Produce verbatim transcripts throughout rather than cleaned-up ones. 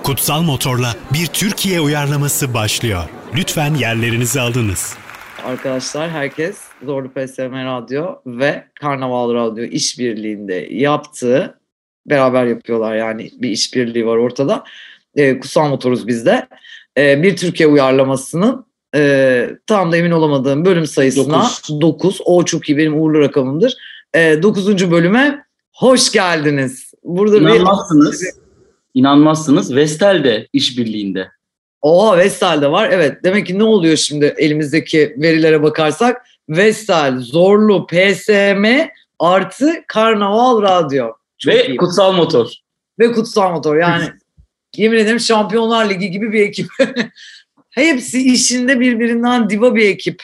Kutsal Motor'la bir Türkiye uyarlaması başlıyor. Lütfen yerlerinizi alınız. Arkadaşlar, herkes Zorlu P S M Radyo ve Karnaval Radyo işbirliğinde yaptığı, beraber yapıyorlar yani, bir işbirliği var ortada. E, Kutsal Motoruz biz de. E, bir Türkiye uyarlamasının e, tam da emin olamadığım bölüm sayısına dokuz. O çok iyi, benim uğurlu rakamımdır. E, dokuzuncu bölüme hoş geldiniz. Burada İnanmazsınız. Bir... İnanmazsınız. Vestel'de işbirliğinde. Oha, Vestel'de var. Evet. Demek ki ne oluyor şimdi elimizdeki verilere bakarsak? Vestel, Zorlu, P S M artı Karnaval Radyo. Çok Ve iyi. Kutsal Motor. Ve Kutsal Motor. Yani yemin ederim Şampiyonlar Ligi gibi bir ekip. Hepsi işinde birbirinden diva bir ekip.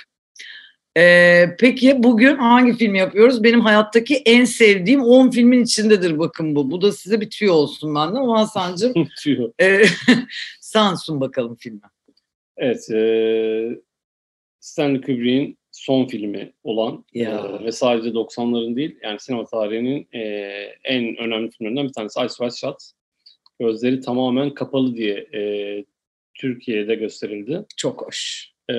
Ee, peki bugün hangi filmi yapıyoruz? Benim hayattaki en sevdiğim on filmin içindedir bakın bu. Bu da size bir tüyo olsun benden. O Hasan'cığım e, sen sun bakalım filmi. Evet. E, Stanley Kubrick'in son filmi olan e, ve sadece doksanların değil, yani sinema tarihinin e, en önemli filmlerinden bir tanesi Eyes Wide Shut. Gözleri tamamen kapalı diye e, Türkiye'de gösterildi. Çok hoş. E,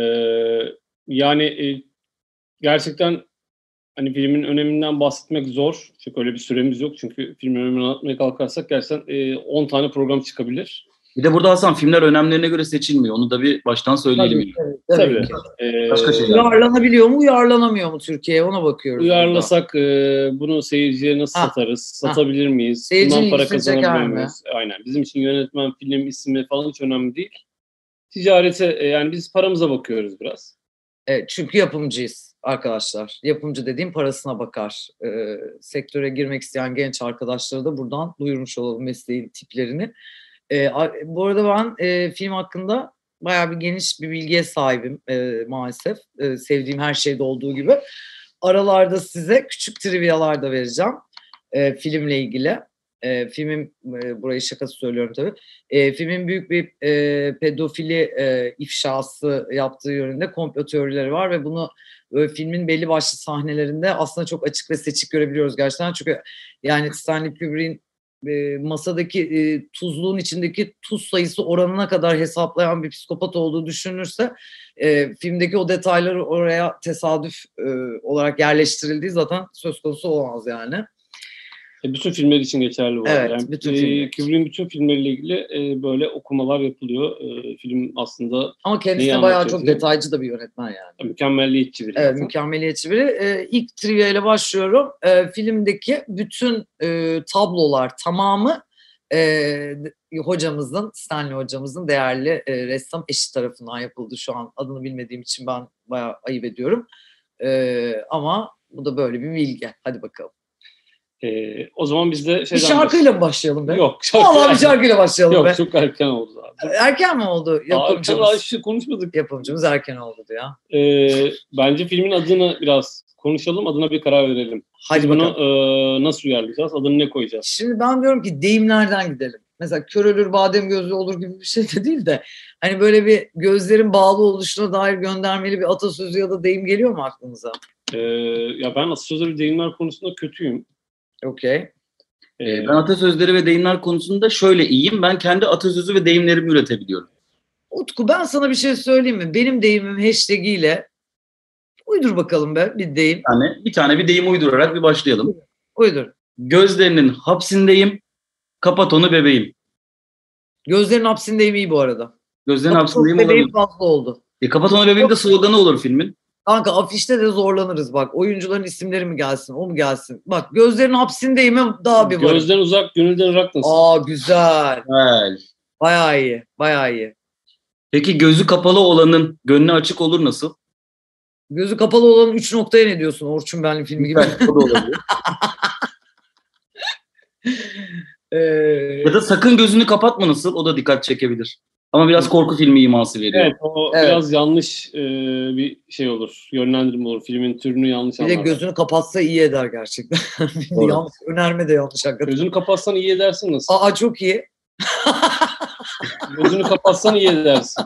yani e, gerçekten hani filmin öneminden bahsetmek zor. Çünkü öyle bir süremiz yok. Çünkü filmin önemini anlatmaya kalkarsak gerçekten e, on tane program çıkabilir. Bir de burada Hasan, filmler önemlerine göre seçilmiyor. Onu da bir baştan söyleyelim. Tabii, tabii. tabii. Ee, Başka şeyler. Uyarlanabiliyor mu, uyarlanamıyor mu Türkiye'ye? Ona bakıyoruz. Uyarlasak e, bunu seyirciye nasıl ha. satarız? Ha. Satabilir miyiz? Bundan para kazanabiliyor muyuz? Aynen. Bizim için yönetmen, film ismi falan hiç önemli değil. Ticarete, e, yani biz paramıza bakıyoruz biraz. Evet, çünkü yapımcıyız arkadaşlar. Yapımcı dediğim parasına bakar. E, sektöre girmek isteyen genç arkadaşlara da buradan duyurmuş olalım mesleğin tiplerini. E, bu arada ben e, film hakkında bayağı bir geniş bir bilgiye sahibim e, maalesef. E, sevdiğim her şeyde olduğu gibi. Aralarda size küçük trivyalar da vereceğim e, filmle ilgili. E, filmin, e, burayı şakası söylüyorum tabii. E, filmin büyük bir e, pedofili e, ifşası yaptığı yönünde komplo teorileri var ve bunu e, filmin belli başlı sahnelerinde aslında çok açık ve seçik görebiliyoruz gerçekten. Çünkü yani Stanley Kubrick'in e, masadaki e, tuzluğun içindeki tuz sayısı oranına kadar hesaplayan bir psikopat olduğu düşünülürse e, filmdeki o detayları oraya tesadüf e, olarak yerleştirildiği zaten söz konusu olamaz yani. E, bütün filmler için geçerli bu. Evet, yani, bütün e, filmler. Kubrick'in bütün filmleriyle ilgili e, böyle okumalar yapılıyor. E, film aslında ama kendisi bayağı çok detaycı da bir yönetmen yani. Mükemmeliyetçi biri. Evet, zaten. Mükemmeliyetçi biri. E, ilk trivia ile başlıyorum. E, filmdeki bütün e, tablolar tamamı e, hocamızın, Stanley hocamızın değerli e, ressam eşi tarafından yapıldı. Şu an adını bilmediğim için ben bayağı ayıp ediyorum. E, ama bu da böyle bir bilgi. Hadi bakalım. Ee, o zaman biz de şeyden... Bir şarkıyla mı başlayalım be? Yok. Vallahi bir şarkıyla başlayalım Yok, be. Yok, çok erken oldu abi. Erken mi oldu? Yapımcımız. Aa, şey konuşmadık. Yapımcımız erken oldu ya. Ee, bence filmin adını biraz konuşalım, adına bir karar verelim. Hadi biz bakalım. Bunu e, nasıl uyarlayacağız? Adını ne koyacağız? Şimdi ben diyorum ki deyimlerden gidelim. Mesela kör ölür badem gözlü olur gibi bir şey de değil de hani böyle bir gözlerin bağlı oluşuna dair göndermeli bir atasözü ya da deyim geliyor mu aklınıza? Ee, ya ben atasözleri ve deyimler konusunda kötüyüm. Okey. Ee, ben atasözleri ve deyimler konusunda şöyle iyiyim. Ben kendi atasözü ve deyimlerimi üretebiliyorum. Utku, ben sana bir şey söyleyeyim mi? Benim deyimim hashtag'iyle uydur bakalım be bir deyim. Bir tane, bir tane bir deyim uydurarak bir başlayalım. Uydur. Gözlerinin hapsindeyim, kapat onu bebeğim. Gözlerinin hapsindeyim iyi bu arada. Gözlerinin kapat hapsindeyim bebeğim olabilir. fazla oldu. E, kapat onu bebeğim de sloganı olur filmin. Kanka afişte de zorlanırız bak. Oyuncuların isimleri mi gelsin, o mu gelsin? Bak gözlerin hapsindeyim daha bir var. Gözden uzak, gönülden uzak nasıl? Aa güzel. Güzel. Bayağı iyi, bayağı iyi. Peki gözü kapalı olanın gönlü açık olur nasıl? Gözü kapalı olanın üç noktaya ne diyorsun? Orçun Benli filmi gibi. Evet, o da olabilir. ee... Ya da sakın gözünü kapatma nasıl? O da dikkat çekebilir. Ama biraz korku filmi iması veriyor. Evet, o evet. Biraz yanlış e, bir şey olur. Yönlendirme olur. Filmin türünü yanlış anlar. Bir de gözünü kapatsa iyi eder gerçekten. yanlış, önerme de yanlış hakikaten. Gözünü kapatsan iyi edersin nasıl? Aa çok iyi. Gözünü kapatsan iyi edersin.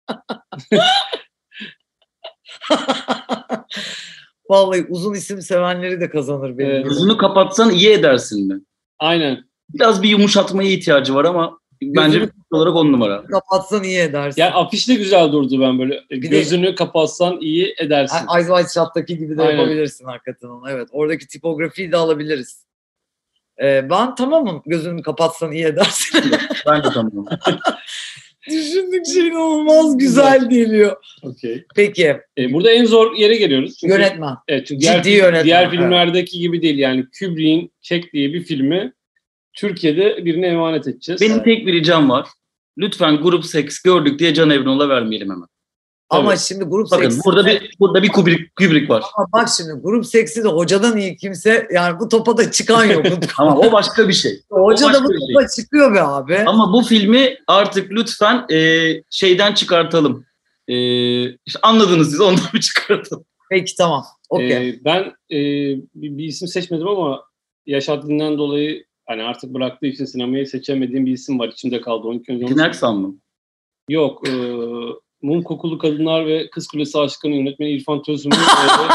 Vallahi uzun isim sevenleri de kazanır benim. Ee, gözünü kapatsan iyi edersin mi? Aynen. Biraz bir yumuşatmaya ihtiyacı var ama bence Gözünü olarak on numara. kapatsan iyi edersin. Yani afiş de güzel durdu ben böyle. Bir de- Gözünü kapatsan iyi edersin. Eyes Wide Shut'taki gibi de Aynen. yapabilirsin hakikaten onu. Evet. Oradaki tipografiyi de alabiliriz. Ee, ben tamamım. Gözünü kapatsan iyi edersin. Ben de tamam. Düşündükçe inanılmaz güzel geliyor. Okey. Peki. E, burada en zor yere geliyoruz. Çünkü, Yönetmen. Evet, çünkü Ciddi diğer, yönetmen, diğer evet. filmlerdeki gibi değil. Yani Kubrick'in çektiği bir filmi Türkiye'de birine emanet edeceğiz. Benim tek bir ricam var. Lütfen grup seks gördük diye Can Evrenol'a vermeyelim hemen. Ama Evet. şimdi grup Bakın seksi... burada bir burada bir Kubrick, Kubrick var. Ama bak şimdi grup seksi de hocadan iyi kimse yani bu topa da çıkan yok. Ama o başka bir şey. Hoca başka da bu bir şey. topa çıkıyor be abi. Ama bu filmi artık lütfen e, şeyden çıkartalım. E, işte anladınız siz, ondan bir çıkartalım. Peki tamam. Okey. E, ben e, bir, bir isim seçmedim ama yaş haddinden dolayı hani artık bıraktığı için sinemayı seçemediğim bir isim var. İçimde kaldı. on iki Metin Erksan mı? Yok. E, Mum Kokulu Kadınlar ve Kız Kulesi Aşkı'nın yönetmeni İrfan Tözüm'ün e,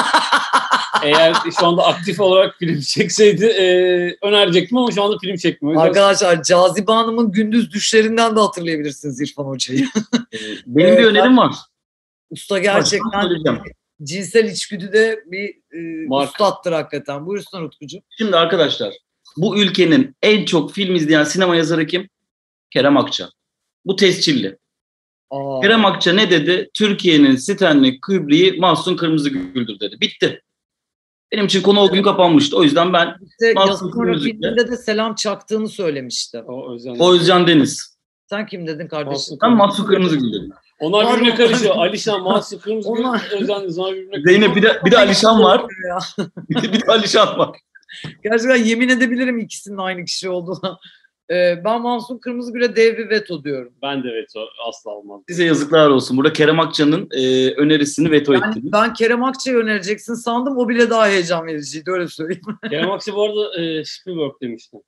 eğer şu anda aktif olarak film çekseydi e, önerecektim ama şu anda film çekmiyor. Arkadaşlar Cazibe Hanım'ın gündüz düşlerinden de hatırlayabilirsiniz İrfan Hoca'yı. E, benim Evet, bir önerim var. Usta gerçekten söyleyeceğim. cinsel içgüdüde bir e, Mark. ustattır hakikaten. Buyursun Utkucuğum. Şimdi arkadaşlar, bu ülkenin en çok film izleyen sinema yazarı kim? Kerem Akça. Bu tescilli. Aa, Kerem Akça ne dedi? Türkiye'nin Stanley Kubrick'i Mahsun Kırmızıgül'dür dedi. Bitti. Benim için konu o gün kapanmıştı. O yüzden ben işte Mahsun Yasaklara Kırmızıgül. filminde de selam çaktığını söylemişti. O Özcan. O Özcan Deniz. Sen kim dedin kardeşim? Mahsun Ben Mahsun Kırmızıgül dedim. Onlar Pardon, birbirine karışıyor. pardon. Alişan, Mahsun Kırmızıgül, Onlar- Özcan Deniz. Onlar birbirine karışıyor. Zeynep bir de, bir de Alişan var. Ya. Bir de, bir de Alişan var. Gerçekten yemin edebilirim ikisinin aynı kişi olduğuna. Ee, ben Mahsun Kırmızıgül'e dev bir veto diyorum. Ben de veto asla olmaz. Size yazıklar olsun. Burada Kerem Akça'nın e, önerisini veto Yani ettiniz. ben Kerem Akça'yı önereceksin sandım. O bile daha heyecan vericiydi öyle söyleyeyim. Kerem Akça bu arada e, Spielberg demişti.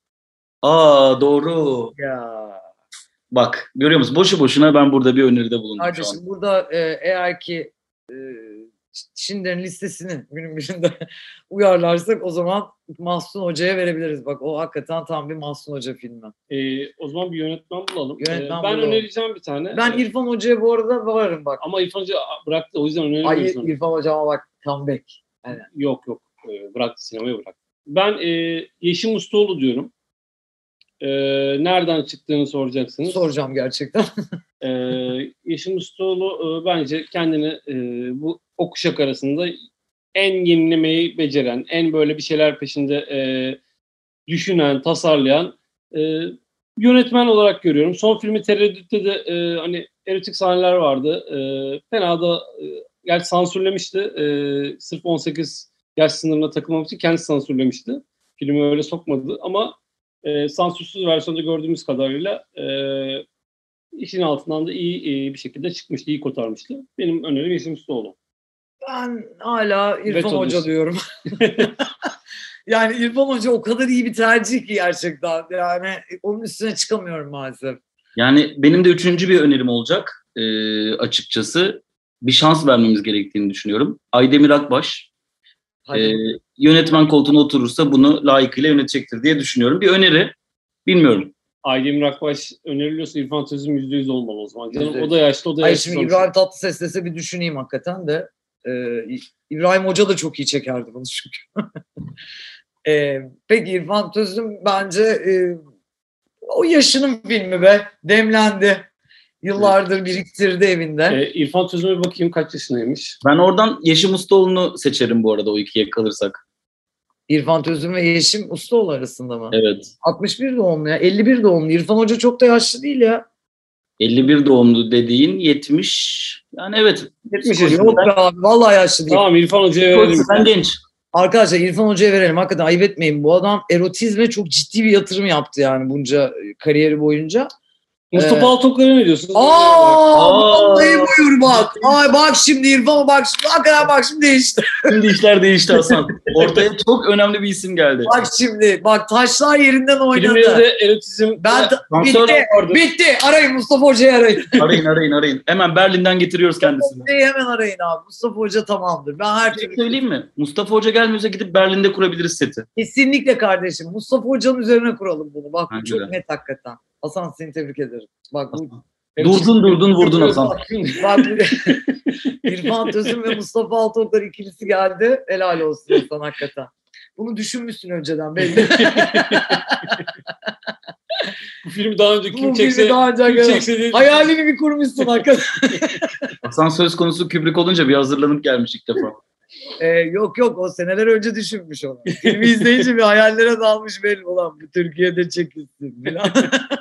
Aa doğru. Ya Bak görüyor musun? Boşu boşuna ben burada bir öneride bulundum şu an. kardeşim burada e, eğer ki e, Schindler'in listesini günün birinde uyarlarsak o zaman Mahsun Hoca'ya verebiliriz. Bak o hakikaten tam bir Mahsun Hoca filmi. E, o zaman bir yönetmen bulalım. Yönetmen E, ben bulalım. önereceğim bir tane. Ben E, İrfan Hoca'ya bu arada varım bak. Ama İrfan Hoca bıraktı. O yüzden Ay öneremiyoruz onu. İrfan Hoca'ma bak comeback. Yok yok. E, bıraktı. Sinemayı bıraktı. Ben e, Yeşim Ustaoğlu diyorum. E, nereden çıktığını soracaksınız. Soracağım gerçekten. e, Yeşim Ustaoğlu e, bence kendini e, bu o kuşak arasında en yenilemeyi beceren, en böyle bir şeyler peşinde e, düşünen, tasarlayan e, yönetmen olarak görüyorum. Son filmi Tereddüt'te de e, hani erotik sahneler vardı. E, fena da e, gerçi sansürlemişti. E, sırf on sekiz yaş sınırına takılmamak için kendisi sansürlemişti. Filmi öyle sokmadı ama e, sansürsüz versiyonda gördüğümüz kadarıyla e, işin altından da iyi, iyi bir şekilde çıkmıştı, iyi kotarmıştı. Benim önerim Yeşim Ustaoğlu. Ben hala İrfan Veto Hoca diyorsun. diyorum. Yani İrfan Hoca o kadar iyi bir tercih ki gerçekten. Yani onun üstüne çıkamıyorum maalesef. Yani benim de üçüncü bir önerim olacak e, açıkçası. Bir şans vermemiz gerektiğini düşünüyorum. Aydemir Akbaş Hadi. e, yönetmen koltuğuna oturursa bunu layıkıyla yönetecektir diye düşünüyorum. Bir öneri, bilmiyorum. Aydemir Akbaş öneriliyorsa İrfan Tözüm yüzde yüz olmalı o zaman. Canım, Yüzde yüz. o da yaşlı, o da Hayır yaşlı. şimdi sonuçta. İbrahim Tatlıses dese bir düşüneyim hakikaten de. Ee, İbrahim Hoca da çok iyi çekerdi bunu çünkü. ee, peki İrfan Tözüm bence e, o yaşının filmi be. Demlendi. Yıllardır biriktirdi evinde. E, İrfan Tözüm'e bakayım kaç yaşındaymış. Ben oradan Yeşim Ustaoğlu'nu seçerim bu arada o ikiye kalırsak. İrfan Tözüm ve Yeşim Ustaoğlu arasında mı? Evet. altmış bir doğumlu ya. elli bir doğumlu. İrfan Hoca çok da yaşlı değil ya. elli bir doğumlu dediğin yetmiş. Yani evet. yetmiş Yok yaşında. Yok be abi. Vallahi yaşlı değil. Tamam İrfan Hoca'ya verelim. Sen genç. Arkadaşlar İrfan Hoca'ya verelim. Hakikaten ayıp etmeyin. Bu adam erotizme çok ciddi bir yatırım yaptı yani bunca kariyeri boyunca. Mustafa Ee, Altoklar'a ne diyorsunuz? Aa, Aa. vallahi buyur bak. Ay bak şimdi İrfan'a bak şimdi. Hakikaten bak şimdi değişti. Şimdi işler değişti Hasan. Ortaya çok önemli bir isim geldi. Bak şimdi. Bak taşlar yerinden oynadı. Filmlerinde erotizm... Ben ta- Dansör bitti. vardı. Bitti. Arayın Mustafa Hoca'yı arayın. Arayın arayın arayın. Hemen Berlin'den getiriyoruz kendisini. Hoca'yı hemen arayın abi. Mustafa Hoca tamamdır. Ben her Bir şey türlü söyleyeyim mi? Mustafa Hoca gelmiyorsa gidip Berlin'de kurabiliriz seti. kesinlikle kardeşim. Mustafa Hoca'nın üzerine kuralım bunu. Bak bu Bence çok de. net hakikaten. Hasan seni tebrik ederim. Bak bu Durdun durdun vurdun Hasan. Bak İrfan Tözün ve Mustafa Altoklar ikilisi geldi. Helal olsun Hasan hakikaten. Bunu düşünmüşsün önceden belli. Bu filmi daha önce kim Bu çekse, filmi daha önce kim gel- çekse diye- Hayalini bir kurmuşsun hakikaten. Hasan söz konusu Kubrick olunca bir hazırlanıp gelmiş ilk defa. Ee, yok yok o seneler önce düşünmüş onu. Filmi izleyince bir hayallere dalmış belli. Ulan bu Türkiye'de çekilsin falan.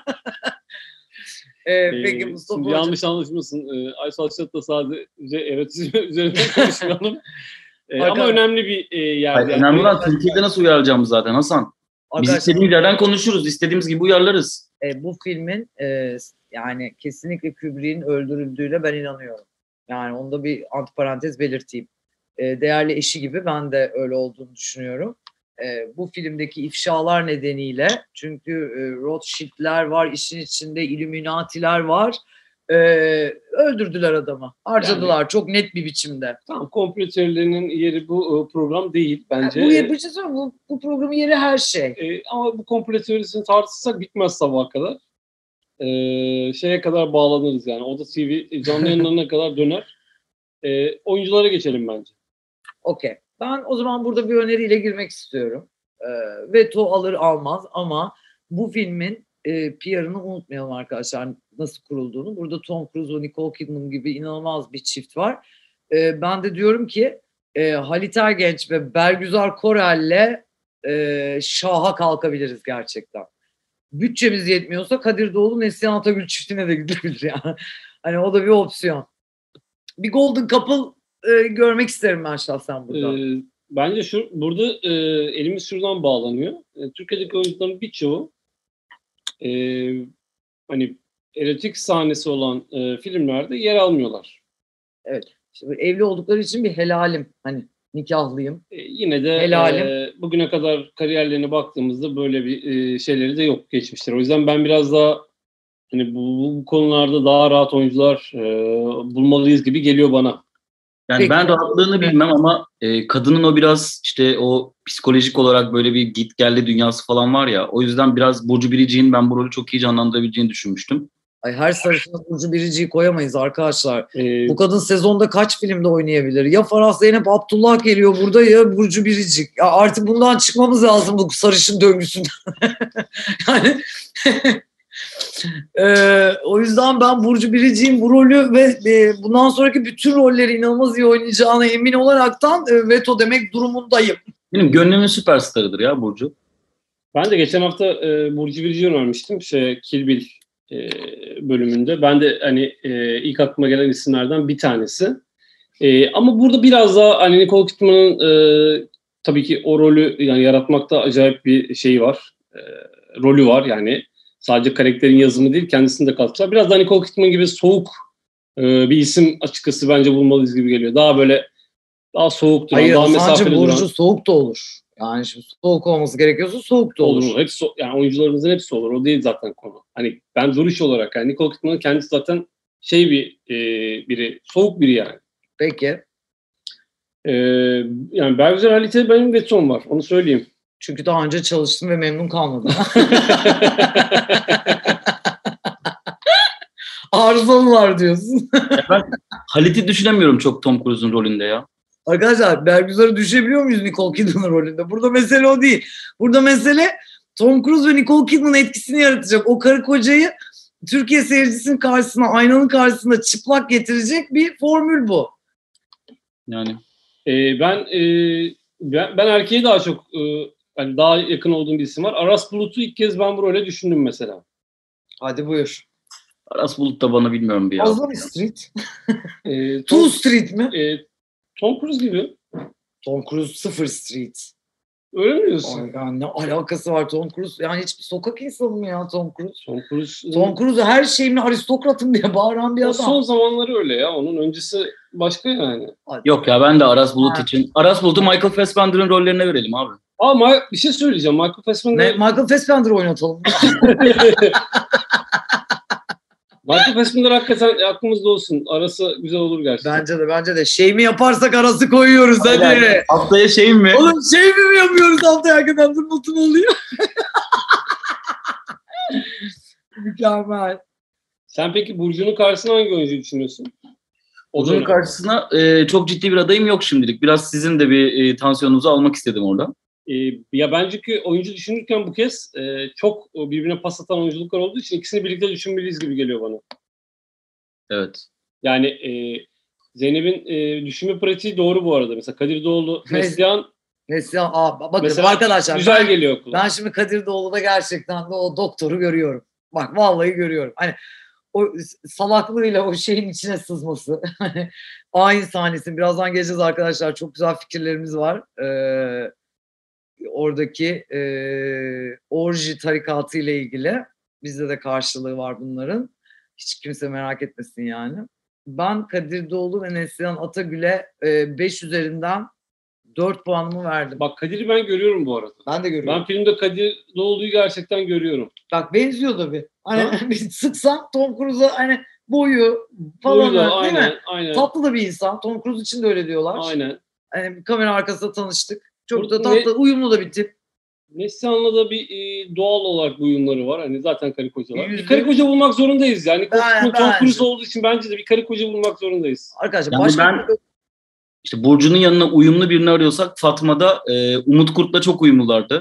ee, peki Ee, Mustafa şimdi Hocam. yanlış anlaşılmasın. Ee, Aysel Çat'ta sadece erotizm üzerinden konuşmayalım. Ee, ama Arkadaşlar- önemli bir e, yer. Hayır, yani. önemli olan Türkiye'de nasıl uyarlayacağımız zaten Hasan. Biz Arkadaşlar, istediğimiz yerden konuşuruz. İstediğimiz gibi uyarlarız. e, bu filmin e, yani kesinlikle Kubrick'in öldürüldüğüne ben inanıyorum. Yani onda bir antiparantez belirteyim. E, değerli eşi gibi ben de öyle olduğunu düşünüyorum. E, bu filmdeki ifşalar nedeniyle çünkü e, Rothschild'ler var, işin içinde Illuminati'ler var. E, öldürdüler adamı. Harcadılar Yani- çok net bir biçimde. Tamam, komplo teorilerinin yeri bu e, program değil bence. Bu, bu, şey söyleyeyim, bu, bu programın yeri her şey. E, ama bu komplo teorisini tartışsak bitmez sabaha kadar. E, şeye kadar bağlanırız yani. Oda T V canlı yayınlarına kadar döner. E, oyunculara geçelim bence. Okey. Ben o zaman burada bir öneriyle girmek istiyorum. E, veto alır almaz ama bu filmin e, P R'ını unutmayalım arkadaşlar nasıl kurulduğunu. Burada Tom Cruise ve Nicole Kidman gibi inanılmaz bir çift var. E, ben de diyorum ki e, Halit Ergenç ve Bergüzar Korel'le e, şaha kalkabiliriz gerçekten. Bütçemiz yetmiyorsa Kadir Doğulu Neslihan Atagül çiftine de gidebilir yani. Hani o da bir opsiyon. Bir Golden Couple e, görmek isterim ben şahsen burada. E, bence şu burada e, elimiz şuradan bağlanıyor. E, Türkiye'deki oyuncuların birçoğu e, hani erotik sahnesi olan e, filmlerde yer almıyorlar. İşte böyle evli oldukları için bir helalim. Hani nikahlıyım. E, yine de Helalim. e, bugüne kadar kariyerlerine baktığımızda böyle bir e, şeyleri de yok geçmişler. O yüzden ben biraz daha hani bu, bu konularda daha rahat oyuncular e, bulmalıyız gibi geliyor bana. Yani Peki. ben rahatlığını bilmem ama e, kadının o biraz işte o psikolojik olarak böyle bir git geldi dünyası falan var ya. O yüzden biraz Burcu Biricik'in ben bu rolü çok iyi canlandırabileceğini düşünmüştüm. Ay her sarışına Burcu Biricik'i koyamayız arkadaşlar. E, Bu kadın sezonda kaç filmde oynayabilir? Ya Farah Zeynep Abdullah geliyor burada ya Burcu Biricik. Ya artık bundan çıkmamız lazım bu sarışın döngüsünden. yani Ee, o yüzden ben Burcu Biricik'in bu rolü ve e, bundan sonraki bütün rolleri inanılmaz iyi oynayacağına emin olaraktan e, veto demek durumundayım. Benim gönlümün süperstarıdır ya Burcu. ben de geçen hafta e, Burcu Biricik'i önermiştim. Şey, Kill Bill e, bölümünde. Ben de hani e, ilk aklıma gelen isimlerden bir tanesi. E, ama burada biraz daha hani Nicole Kidman'ın e, tabii ki o rolü yani yaratmakta acayip bir şeyi var. E, rolü var yani. Sadece karakterin yazımı değil, kendisini de katmışlar. Biraz daha Nicole Kidman gibi soğuk e, bir isim açıkçası bence bulmalıyız gibi geliyor. Daha böyle daha soğuk duran, Hayır daha Hasan'cığım mesafeli duran. Burcu soğuk da olur. Yani şimdi soğuk olması gerekiyorsa soğuk da olur. Olur. Hepsi, yani oyuncularımızın hepsi olur. O değil zaten konu. Hani ben duruş olarak yani Nicole Kidman'ın kendisi zaten şey bir e, biri, soğuk biri yani. Peki. E, yani Bergüzar Halit'e benim vetom var. Onu söyleyeyim. Çünkü daha önce çalıştım ve memnun kalmadım. Arızalılar diyorsun. Ben Halit'i düşünemiyorum çok Tom Cruise'un rolünde ya. Arkadaşlar Bergüzar'ı düşebiliyor muyuz Nicole Kidman rolünde? Burada mesele o değil. Burada mesele Tom Cruise ve Nicole Kidman etkisini yaratacak. O karı kocayı Türkiye seyircisinin karşısına, aynanın karşısına çıplak getirecek bir formül bu. Yani E, ben, e, ben ben erkeğe daha çok e, hani daha yakın olduğum bir isim var. Aras Bulut'u ilk kez ben bu role düşündüm mesela. Hadi buyur. Aras Bulut da bana bilmiyorum bir ya. Fazla mı Street? E, Two Tom, Street mi? e, Tom Cruise gibi. Tom Cruise sıfır Street. Öyle mi diyorsun? Ay, yani ne alakası var Tom Cruise? Yani hiçbir sokak insanı mı ya Tom Cruise? Tom Cruise. Tom Cruise her şeyimle aristokratım diye bağıran bir O adam. son zamanları öyle ya. Onun öncesi başka yani. Yok ya ben de Aras Bulut Ha. için. Aras Bulut'u Michael Fassbender'ın rollerine verelim abi. Ama bir şey söyleyeceğim. Michael Fassbender... Ne, Michael Fassbender'ı oynatalım. Michael Fassbender hakikaten aklımızda olsun. Arası güzel olur gerçekten. Bence de bence de. Şey mi yaparsak arası koyuyoruz hadi. Aynen. Haftaya şey mi? Oğlum şey mi, mi yapıyoruz haftaya hakikaten dur notum oluyor. Mükemmel. Sen peki Burcu'nun karşısına hangi oyuncuyu düşünüyorsun? O Burcu'nun dönem. karşısına e, çok ciddi bir adayım yok şimdilik. Biraz sizin de bir e, tansiyonunuzu almak istedim orada. Ee, ya bence ki oyuncu düşünürken bu kez e, çok birbirine pas atan oyunculuklar olduğu için ikisini birlikte düşünmeliyiz gibi geliyor bana. Evet. Yani e, Zeynep'in e, düşünme pratiği doğru bu arada. Mesela Kadir Doğulu, Neslihan Neslihan, aa, bakın mesela arkadaşlar. güzel ben, geliyor okula. Ben şimdi Kadir Doğulu'da gerçekten de o doktoru görüyorum. Bak vallahi görüyorum. Hani o salaklığıyla o şeyin içine sızması. Hani ayin sahnesini birazdan geleceğiz arkadaşlar. Çok güzel fikirlerimiz var. Ee, oradaki e, orji tarikatı ile ilgili. Bizde de karşılığı var bunların. Hiç kimse merak etmesin yani. Ben Kadir Doğulu ve Neslihan Atagül'e e, beş üzerinden dört puanımı verdim. Bak Kadir'i ben görüyorum bu arada. Ben de görüyorum. Ben filmde Kadir Doğulu'yu gerçekten görüyorum. Bak benziyor da bir. Hani Ha? bir sıksan Tom Cruise'a hani boyu falan Boyu da, değil aynen, mi? aynen. Tatlı da bir insan. Tom Cruise için de öyle diyorlar. Aynen. Hani kamera arkasında tanıştık. Çok Burada da tatlı, ne- uyumlu da bir tip. Neslihan'la da bir e, doğal olarak bir uyumları var. Hani zaten karı kocalar. Yüzde- Bir karı koca bulmak zorundayız yani. Ben- Tom, Tom bence. Cruise olduğu için bence de bir karı koca bulmak zorundayız. Arkadaşlar Yani başka ben işte Burcu'nun yanına uyumlu birini arıyorsak Fatma'da e, Umut Kurt'la çok uyumlulardı.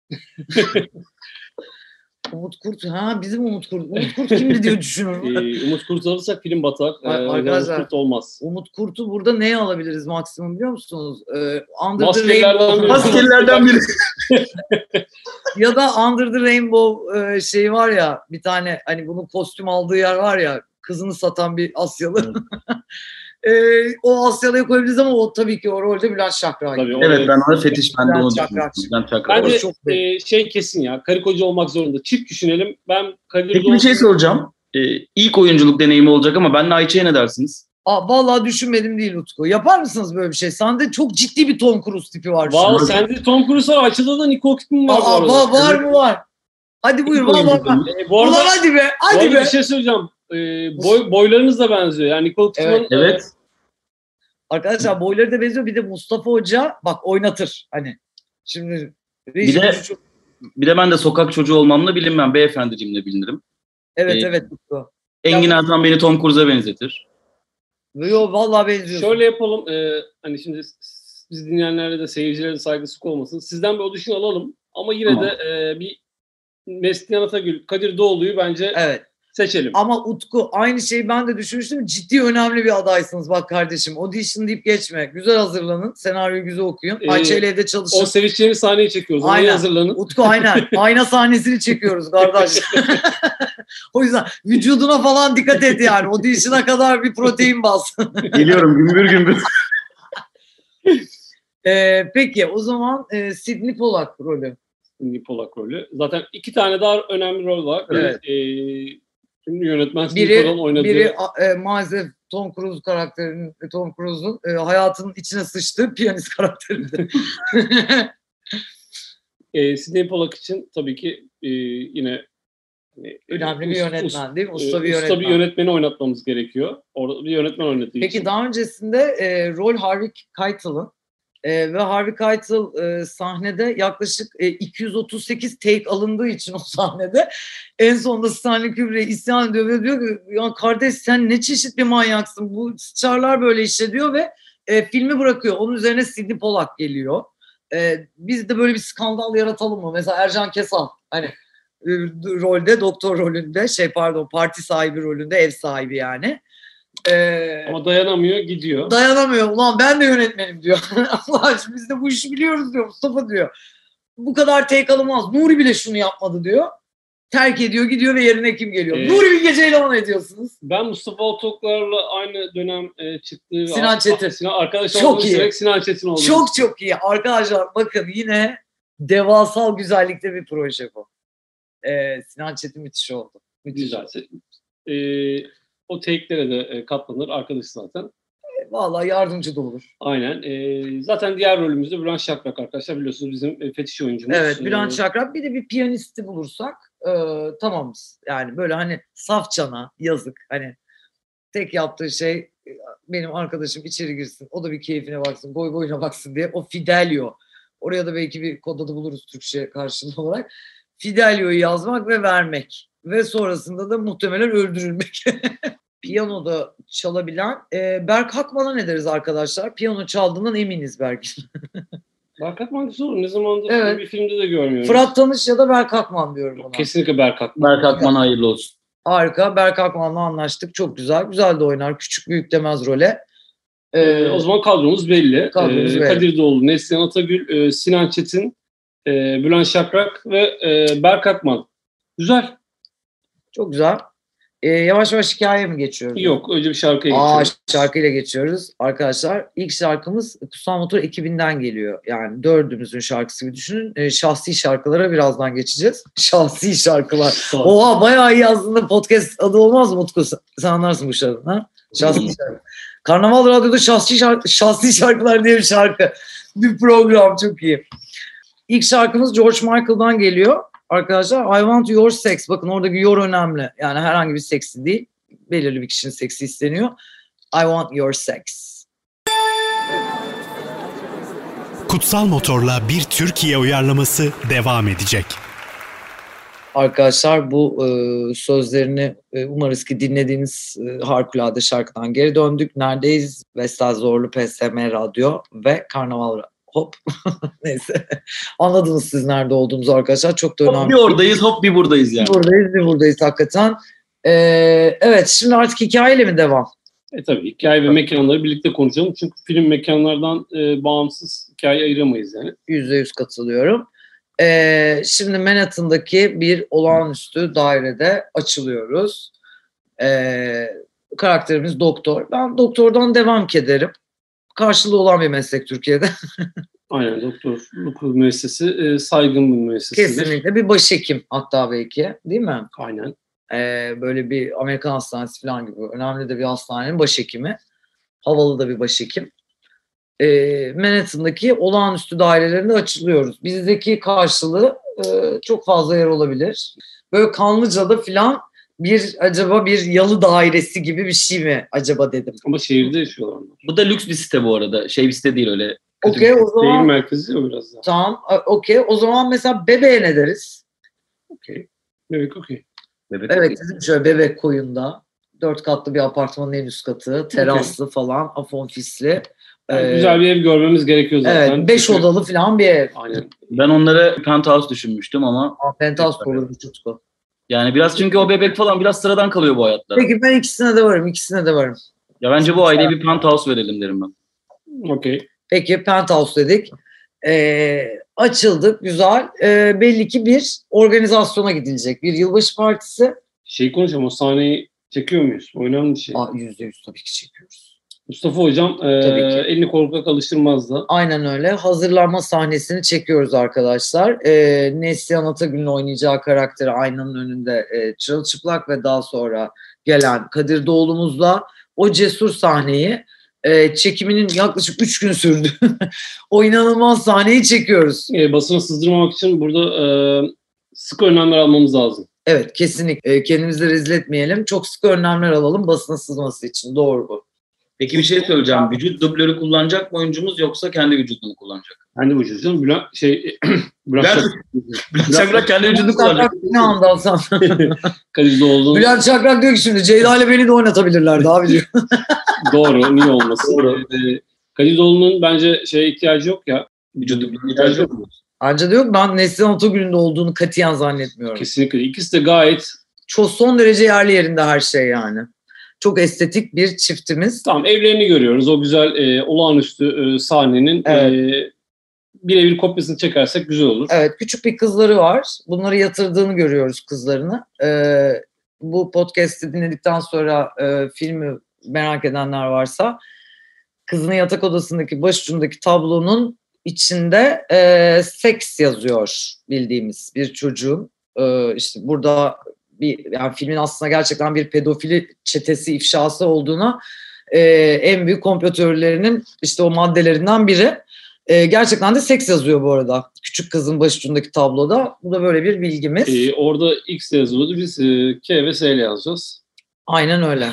Umut Kurt. Ha bizim Umut Kurt. Umut Kurt kimdi diye düşünüyorum. Ee, Umut Kurt alırsak film batar. Ee, Ay- o yüzden arkadaşlar, Umut Kurt olmaz. Umut Kurt'u burada neye alabiliriz maksimum biliyor musunuz? Ee, Under the Maskelerden Rainbow. biri. Maskelerden biri. Ya da Under the Rainbow e, şey var ya, bir tane hani bunun kostüm aldığı yer var ya, kızını satan bir Asyalı. e, o Asyalı'ya koyabiliriz ama o tabii ki o rolde Bülent Şakrak. Tabii, o- Evet ben ona fetiş ben de Bülent onu Çakrak. düşünüyorum. Bülent Çakrak. Bence çok e, şey kesin ya. Karı koca olmak zorunda. Çift düşünelim. Ben Kadir Peki Doğulu... bir şey soracağım. E, ilk oyunculuk deneyimi olacak ama benle Ayça'ya ne dersiniz? Aa, vallahi düşünmedim değil Utku. Yapar mısınız böyle bir şey? Sende çok ciddi bir Tom Cruise tipi var. şu an. Vallahi sende Tom Cruise var. Açıda da Nicole Kidman var bu Aa, arada. var, var mı var? Hadi buyur. İlk Vallahi oyunculuk var. deneyimi. E, bu arada, Ulan hadi be. bu Hadi arada be. bir şey söyleyeceğim. E, boy, boylarınız da benziyor. Yani Nicole Kidman... Evet, Evet. Arkadaşlar boyları da benziyor. Bir de Mustafa Hoca bak oynatır. Hani şimdi reji Bir de- gücü çok- Bir de ben de sokak çocuğu olmamla bilinmem. Beyefendiciğimle bilinirim. Evet Ee, evet Utku. Engin Ya- Ertan beni Tom Cruise'a benzetir. Yo vallahi benziyorsun. Şöyle yapalım. E, hani şimdi s- biz dinleyenlere de seyircilere de saygısızlık olmasın. Sizden bir audition alalım. Ama yine Tamam. de e, bir Neslihan Atagül, Kadir Doğulu'yu bence Evet. seçelim. Ama Utku aynı şeyi ben de düşünmüştüm. Ciddi önemli bir adaysınız bak kardeşim. Audition deyip geçme. Güzel hazırlanın. Senaryoyu güzel okuyun. Ee, Ayça ile evde çalışın. O sevişeceğimiz sahneyi çekiyoruz. Ona iyi Aynen. hazırlanın. Utku aynen. Ayna sahnesini çekiyoruz kardeş. O yüzden vücuduna falan dikkat et yani. Audition'a kadar bir protein bas. Geliyorum gümbür gümbür. Ee, peki o zaman e, Sidney Pollack rolü. Sidney Pollack rolü. Zaten iki tane daha önemli rol var. Evet. Biri, e, ünlü yönetmen Sidney Biri, Pollack'ın oynadığı. biri e, maalesef Tom Cruise karakterinin, Tom Cruise'un e, hayatının içine sıçtığı piyanist karakterinde. E, Sidney Pollack için tabii ki e, yine e, Önemli bir us- yönetmen us- değil mi? e, Usta bir usta yönetmen. bir yönetmeni oynatmamız gerekiyor. Orada bir yönetmen oynadığı Peki için. daha öncesinde e, rol Harvey Keitel'ın e, ve Harvey Keitel e, sahnede yaklaşık e, iki yüz otuz sekiz take alındığı için o sahnede en sonunda Stanley Kubrick'e isyan ediyor ve diyor ki ya kardeş sen ne çeşit bir manyaksın, bu starlar böyle işte diyor ve e, filmi bırakıyor. Onun üzerine Sidney Pollack geliyor. E, biz de böyle bir skandal yaratalım mı? Mesela Ercan Kesal hani e, rolde, doktor rolünde, şey pardon parti sahibi rolünde, ev sahibi yani. Ee, Ama dayanamıyor, gidiyor. dayanamıyor. Ulan ben de yönetmenim diyor. Allah aşkına biz de bu işi biliyoruz diyor Mustafa diyor. Bu kadar take alınmaz. Nuri bile şunu yapmadı diyor. Terk ediyor gidiyor ve yerine kim geliyor? Ee, Nuri Bilge Ceylan'a ne diyorsunuz? Ben Mustafa Altoklar'la aynı dönem e, çıktığı... Sinan Çetin. Sinan, arkadaş Çok olduğumuz iyi. direkt Sinan Çetin oldu. Çok çok iyi. Arkadaşlar bakın yine devasal güzellikte bir proje bu. Ee, Sinan Çetin müthiş oldu. Müthiş Güzel. oldu. E, o take'lere de e, katlanır. Arkadaş zaten. Vallahi yardımcı da olur. Aynen. E, zaten diğer rolümüzde Bülent Şakrak arkadaşlar biliyorsunuz bizim e, fetiş oyuncumuz. Evet, Bülent E, Şakrak. Bir de bir piyanisti bulursak e, tamamız. Yani böyle hani safçana yazık. Hani tek yaptığı şey e, benim arkadaşım içeri girsin. O da bir keyfine baksın, goy goyuna baksın diye. O Fidelio. Oraya da belki bir kod adı buluruz Türkçe karşılığı olarak. Fidelio'yu yazmak ve vermek. ve sonrasında da muhtemelen öldürülmek. Piyanoda çalabilen e, Berk Hakman'a ne deriz arkadaşlar? Piyano çaldığından eminiz Berk'in. Berk Akman güzel olur. Ne zamandır Evet. bir filmde de görmüyoruz. Fırat Tanış ya da Berk Hakman diyorum ona. Kesinlikle Berk Akman. Berk Akman hayırlı olsun. Harika. Berk Hakman'la anlaştık. Çok güzel. Güzel de oynar. Küçük büyük demez role. Ee, Ee, o zaman kadromuz belli. Kadromuz Ee, belli. Kadir Doğulu, Neslihan Atagül, e, Sinan Çetin, e, Bülent Şakrak ve e, Berk Akman. Güzel. Çok güzel. Ee, yavaş yavaş hikayeye mi geçiyoruz? Yok, önce bir şarkıya Aa, geçiyoruz. şarkıyla geçiyoruz. Arkadaşlar ilk şarkımız Kutsal Motor ekibinden geliyor. Yani dördümüzün şarkısı gibi düşünün. Ee, şahsi şarkılara birazdan geçeceğiz. Şahsi şarkılar. Oha bayağı iyi aslında podcast adı olmaz mı Utku? Sen anlarsın bu şarkı. Ha? Şahsi şarkı. Karnaval Radyo'da şahsi, şarkı, şahsi şarkılar diye bir şarkı. Bir program çok iyi. İlk şarkımız George Michael'dan geliyor. Arkadaşlar I Want Your Sex. Bakın oradaki your önemli. Yani herhangi bir seksi değil. Belirli bir kişinin seksi isteniyor. I Want Your Sex. Kutsal Motor'la bir Türkiye uyarlaması devam edecek. Arkadaşlar bu e, sözlerini e, umarız ki dinlediğiniz e, harikulade şarkıdan geri döndük. Neredeyiz? Vestel Zorlu, P S M Radyo ve Karnaval Radyo. Hop. Neyse. Anladınız siz nerede olduğumuzu arkadaşlar. Çok da önemli. Hop bir oradayız, hop bir buradayız yani. Bir buradayız, bir buradayız hakikaten. Ee, evet, şimdi artık hikayeyle mi devam? E tabii hikaye ve mekanları birlikte konuşalım. Çünkü film mekanlardan e, bağımsız hikaye ayıramayız yani. Yüzde yüz katılıyorum. Ee, şimdi Manhattan'daki bir olağanüstü dairede açılıyoruz. Ee, karakterimiz doktor. Ben doktordan devam ederim. Karşılığı olan bir meslek Türkiye'de. Aynen doktorluk müessesesi e, saygın bir müessesesidir. Kesinlikle bir başhekim hatta belki değil mi? Aynen. Ee, böyle bir Amerikan hastanesi falan gibi önemli de bir hastanenin başhekimi. Havalı da bir başhekim. Ee, Manhattan'daki olağanüstü dairelerinde açılıyoruz. Bizdeki karşılığı e, çok fazla yer olabilir. Böyle Kanlıca'da falan bir acaba bir yalı dairesi gibi bir şey mi acaba dedim. Ama şehirde yaşıyorlar onlar. Bu da lüks bir site bu arada. Şey bir site değil öyle. kötü Okey bir o Şehir zaman merkezi o biraz daha. tamam okey o zaman mesela bebeğe ne deriz? Okey. Bebek okey. bebek Evet değil. dedim şöyle bebek koyunda dört katlı bir apartmanın en üst katı teraslı falan afonfisli. Yani Ee, güzel bir ev görmemiz gerekiyor zaten. Evet beş Çünkü- odalı falan bir ev. Aynen. Ben onlara penthouse düşünmüştüm ama Aa, penthouse olur bu Tutku. yani biraz çünkü o bebek falan biraz sıradan kalıyor bu hayatlara. Peki ben ikisine de varım ikisine de varım. Ya bence bu aileye bir penthouse verelim derim ben. Okey. Peki penthouse dedik. Ee, açıldık güzel. Ee, belli ki bir organizasyona gidilecek. Bir yılbaşı partisi. Şey konuşalım, o sahneyi çekiyor muyuz? O önemli bir şey. Aa, yüzde yüz tabii ki çekiyoruz. Mustafa Hocam e, Tabii ki. elini korkak alıştırmazdı. Aynen öyle. Hazırlanma sahnesini çekiyoruz arkadaşlar. Ee, Neslihan Atagül'ün oynayacağı karakteri aynanın önünde e, çırılçıplak ve daha sonra gelen Kadir Doğulu'muzla o cesur sahneyi e, çekiminin yaklaşık üç gün sürdü. O inanılmaz sahneyi çekiyoruz. E, basına sızdırmamak için burada e, sıkı önlemler almamız lazım. Evet kesinlikle. E, kendimizi rezil etmeyelim. Çok sıkı önlemler alalım basına sızması için. Doğru bu. Peki bir şey söyleyeceğim. Vücut dublörü kullanacak mı oyuncumuz yoksa kendi vücudunu kullanacak? Kendi bu çocuğun Bülent şey Bülent Bülent- Bülent Çakrak kendi vücudunu kullanacak. Çakrak ne anda alsam. Kadir Doğulu. Bülent Çakrak diyor ki şimdi Ceyda ile beni de oynatabilirlerdi abi diyor. Doğru, niye olmasın? Doğru. E, Kadir Doğulu'nun bence şeye ihtiyacı yok ya. Vücut dublörü ihtiyacı yok mu? Ayrıca diyor ki ben Neslihan Atagül'ün de olduğunu katiyen zannetmiyorum. Kesinlikle. İkisi de gayet Çok son derece yerli yerinde her şey yani. Çok estetik bir çiftimiz. tamam, evlerini görüyoruz. O güzel e, olağanüstü e, sahnenin Evet. e, birebir kopyasını çekersek güzel olur. Evet küçük bir kızları var. Bunları yatırdığını görüyoruz kızlarını. Ee, bu podcast'i dinledikten sonra e, filmi merak edenler varsa kızının yatak odasındaki başucundaki tablonun içinde e, seks yazıyor bildiğimiz bir çocuğun. E, işte burada bir yani filmin aslında gerçekten bir pedofili çetesi ifşası olduğuna e, en büyük komplo teorilerinin işte o maddelerinden biri. E, gerçekten de seks yazıyor bu arada. Küçük kızın başucundaki tabloda. Bu da böyle bir bilgimiz. E, orada X yazıyordu. Biz e, K ve S ile yazacağız. Aynen öyle.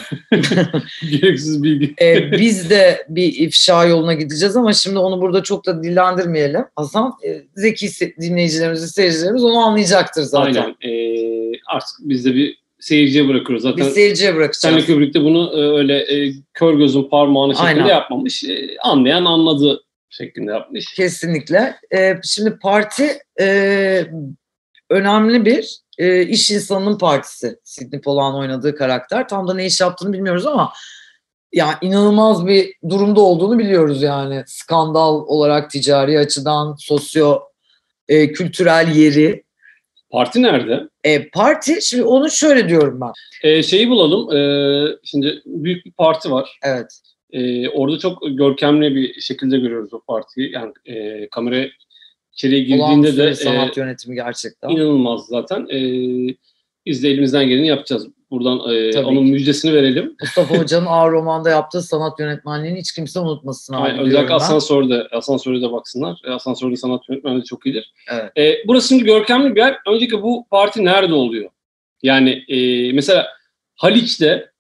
Gereksiz bilgi. ee, biz de bir ifşa yoluna gideceğiz ama şimdi onu burada çok da dillendirmeyelim. Hasan, e, zeki dinleyicilerimiz, seyircilerimiz onu anlayacaktır zaten. Aynen. Ee, artık biz de bir seyirciye bırakıyoruz. Zaten biz seyirciye bırakacağız. Stanley Kubrick de bunu e, öyle e, kör gözün parmağını şeklinde Aynen. yapmamış. E, anlayan anladı şeklinde yapmış. Kesinlikle. Ee, şimdi parti e, önemli bir e, iş insanının partisi. Sidney Pollack'ın oynadığı karakter. Tam da ne iş yaptığını bilmiyoruz ama yani inanılmaz bir durumda olduğunu biliyoruz yani. Skandal olarak, ticari açıdan, sosyo e, kültürel yeri. Parti nerede? E, parti, şimdi onu şöyle diyorum ben. E, şeyi bulalım. E, şimdi büyük bir parti var. Evet. E, orada çok görkemli bir şekilde görüyoruz o partiyi. Yani e, kamera içeriye girdiğinde de sanat e, yönetimi gerçekten inanılmaz zaten. E, biz de elimizden geleni yapacağız. Buradan e, onun ki. müjdesini verelim. Mustafa Hoca'nın Ağır Roman'da yaptığı sanat yönetmenliğini hiç kimse unutmasın. Aynen, özellikle asansörde, asansörde de baksınlar. E, asansörde sanat yönetmenliği çok iyidir. Evet. E, burası şimdi görkemli bir yer. Önceki bu parti nerede oluyor? Yani e, mesela Haliç'te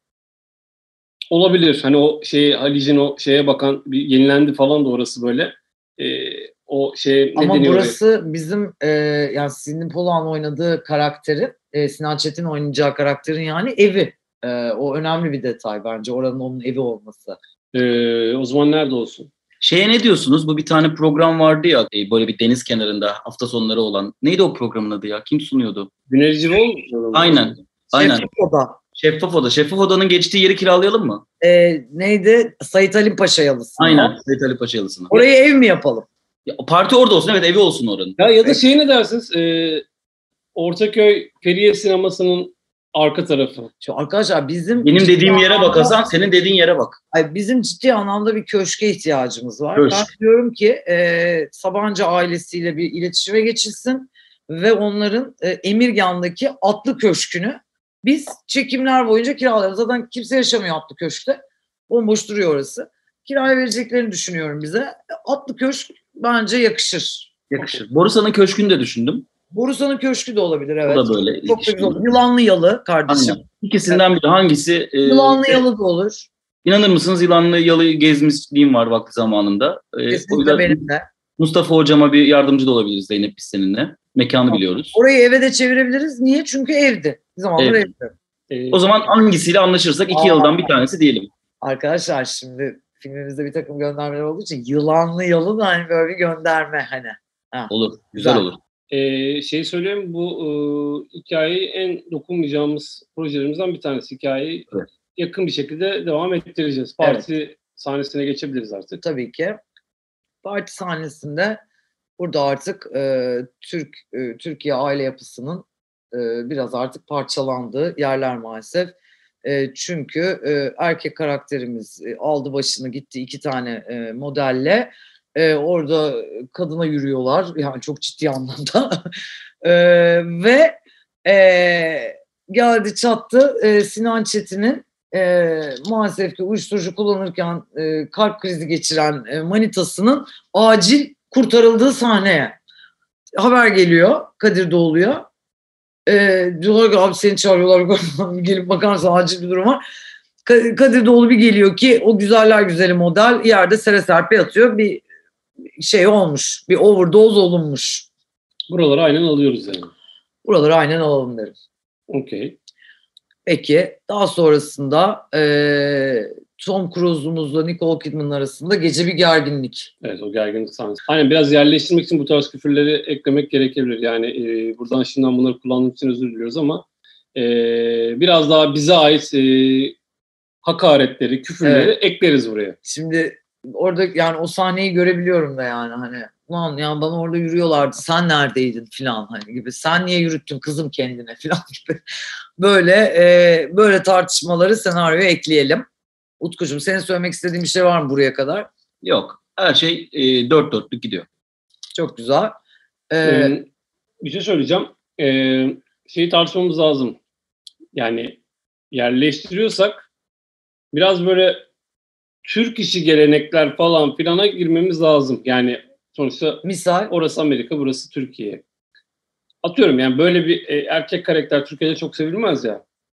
olabilir. Hani o şey Haliç'in o şeye bakan bir yenilendi falan da orası böyle. E, o şey ne Ama burası oraya? bizim e, yani Sidney Pollack'ın oynadığı karakterin, e, Sinan Çetin oynayacağı karakterin yani evi. E, o önemli bir detay bence. Oranın onun evi olması. E, o zaman nerede olsun? Şeye ne diyorsunuz? Bu bir tane program vardı ya, böyle bir deniz kenarında hafta sonları olan. Neydi o programın adı ya? Kim sunuyordu? Güney Civol. Aynen. Aynen. Şeffaf Oda. Şeffaf Oda. Şeffaf Oda'nın geçtiği yeri kiralayalım mı? E, neydi? Sait Ali Paşa Yalısı'nda. Aynen. Sait Ali Paşa Yalısı'nda. Orayı ev mi yapalım? Ya, parti orada olsun. Evet, evi olsun oranın. Ya, ya da şey ne dersiniz? E, Ortaköy Feriye Sineması'nın arka tarafı. Şu arkadaşlar bizim... Benim dediğim yere bak Hasan, senin dediğin yere bak. Ay, bizim ciddi anlamda bir köşke ihtiyacımız var. Köşk. Ben diyorum ki e, Sabancı ailesiyle bir iletişime geçilsin ve onların e, Emirgan'daki Atlı Köşkü'nü biz çekimler boyunca kiralayalım. Zaten kimse yaşamıyor Atlı Köşk'te. Bomboş duruyor orası. Kiraya vereceklerini düşünüyorum bize. Atlı Köşk bence yakışır. Yakışır. Borusan'ın köşkünü de düşündüm. Borusan'ın köşkü de olabilir, evet. O da böyle. Çok da güzel olur. Yılanlı Yalı kardeşim. Aynen. İkisinden biri hangisi? E, Yılanlı Yalı da olur. İnanır mısınız, Yılanlı Yalı'yı gezmişliğim var vakti zamanında. E, Kesinlikle benim de. Mustafa Hocama bir yardımcı da olabiliriz Zeynep biz seninle. Mekanı biliyoruz. Orayı eve de çevirebiliriz. Niye? Çünkü evdi. Bir zamanlar evet. evdi. Ee, o zaman hangisiyle anlaşırsak iki Aa. yıldan bir tanesi diyelim. Arkadaşlar şimdi filmimizde bir takım göndermeler olduğu için Yılanlı Yalı da hani böyle bir gönderme hani. Ha. Olur. Güzel, güzel olur. Ee, şey söyleyeyim, bu e, hikayeyi en dokunmayacağımız projelerimizden bir tanesi. Hikayeyi evet. yakın bir şekilde devam ettireceğiz. Parti evet. sahnesine geçebiliriz artık. Tabii ki. Parti sahnesinde burada artık e, Türk e, Türkiye aile yapısının e, biraz artık parçalandığı yerler maalesef. E, çünkü e, erkek karakterimiz e, aldı başını gitti iki tane e, modelle. E, orada kadına yürüyorlar yani çok ciddi anlamda e, ve e, geldi çattı e, Sinan Çetin'in e, maalesef ki uyuşturucu kullanırken e, kalp krizi geçiren e, manitasının acil kurtarıldığı sahneye haber geliyor Kadir Doğulu'ya. E, diyorlar ki abi seni çağırıyorlar gelip bakar mısın acil bir durum var. Kadir Doğulu bir geliyor ki o güzeller güzeli model yerde sere serpe yatıyor, bir şey olmuş, bir overdose olunmuş. Buraları aynen alıyoruz yani. Buraları aynen alalım derim. Okey. Peki daha sonrasında e, Tom Cruise'umuzla Nicole Kidman arasında gece bir gerginlik. Evet, o gerginlik sahnesi. Aynen, biraz yerleştirmek için bu tarz küfürleri eklemek gerekebilir. Yani e, buradan şimdiden bunları kullandığım için özür diliyoruz ama e, biraz daha bize ait e, hakaretleri, küfürleri evet. ekleriz buraya. Şimdi orada yani o sahneyi görebiliyorum da yani hani lan yani bana orada yürüyorlardı sen neredeydin filan hani gibi, sen niye yürüttün kızım kendine filan gibi böyle e, böyle tartışmaları senaryoya ekleyelim. Utkucuğum senin söylemek istediğin bir şey var mı buraya kadar? Yok, her şey e, dört dörtlük gidiyor. Çok güzel. Ee, ee, bir şey söyleyeceğim. Ee, şeyi tartışmamız lazım. Yani yerleştiriyorsak biraz böyle Türk işi gelenekler falan filana girmemiz lazım. Yani sonuçta misal orası Amerika, burası Türkiye. Atıyorum yani böyle bir e, erkek karakter Türkiye'de çok sevilmez ya.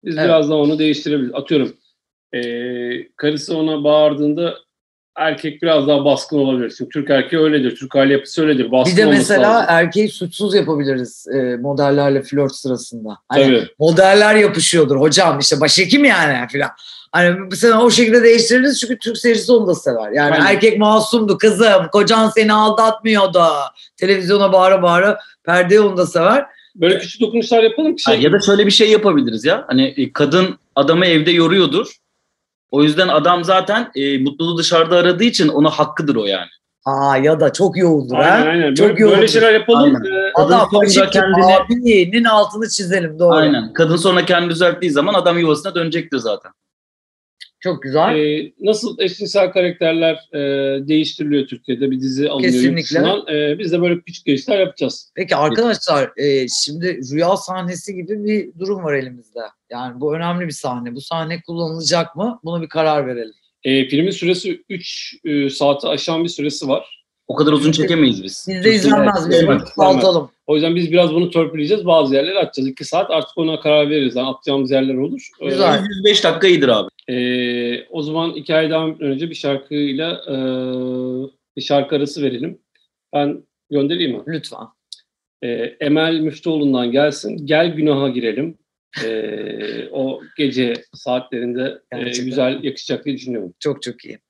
Biz Evet. biraz daha onu değiştirebiliriz. Atıyorum e, karısı ona bağırdığında erkek biraz daha baskın olabilir. Çünkü Türk erkeği öyledir. Türk aile yapısı öyledir. Baskın Bir de olması mesela lazım. erkeği suçsuz yapabiliriz e, modellerle flört sırasında. Hani Tabii. modeller yapışıyordur hocam işte başhekim yani filan. Hani mesela o şekilde değiştiririz çünkü Türk seyircisi onu da sever. Yani Aynen. erkek masumdu kızım, kocan seni aldatmıyordu. Televizyona bağıra bağıra perdeye onu da sever. Böyle küçük dokunuşlar yapalım ki şey. Ya da şöyle bir şey yapabiliriz ya. Hani kadın adamı evde yoruyordur. O yüzden adam zaten e, mutluluğu dışarıda aradığı için ona hakkıdır o yani. Aa ya da çok yoğundur Aynen ha. aynen. Çok Böyle, yoğundur. böyle şeyler yapalım. Aynen. Ee, Kadın Adam sonra başhekim kendini- abinin altını çizelim doğru. Aynen. Kadın sonra kendini düzelttiği zaman adam yuvasına dönecektir zaten. Çok güzel. e, nasıl eşcinsel karakterler e, değiştiriliyor Türkiye'de, bir dizi alınıyor yurt Kesinlikle. dışından. E, biz de böyle küçük geçişler yapacağız. Peki arkadaşlar e, şimdi rüya sahnesi gibi bir durum var elimizde. Yani bu önemli bir sahne. Bu sahne kullanılacak mı? Buna bir karar verelim. E, filmin süresi üç e, saati aşan bir süresi var. O kadar uzun çekemeyiz biz. Bizde Türk izlenmez. Biz sineması- bunu kısaltalım. O yüzden biz biraz bunu törpüleyeceğiz. Bazı yerleri atacağız. iki saat artık ona karar veririz. Yani atacağımız yerler olur. E, Güzel. yüz beş dakika iyidir abi. e, o zaman hikayeden önce bir şarkıyla e, bir şarkı arası verelim. Ben göndereyim mi? Lütfen. E, Emel Müftüoğlu'ndan gelsin. Gel günaha girelim. E, o gece saatlerinde e, Gerçekten. güzel yakışacak diye düşünüyorum. Çok çok iyi.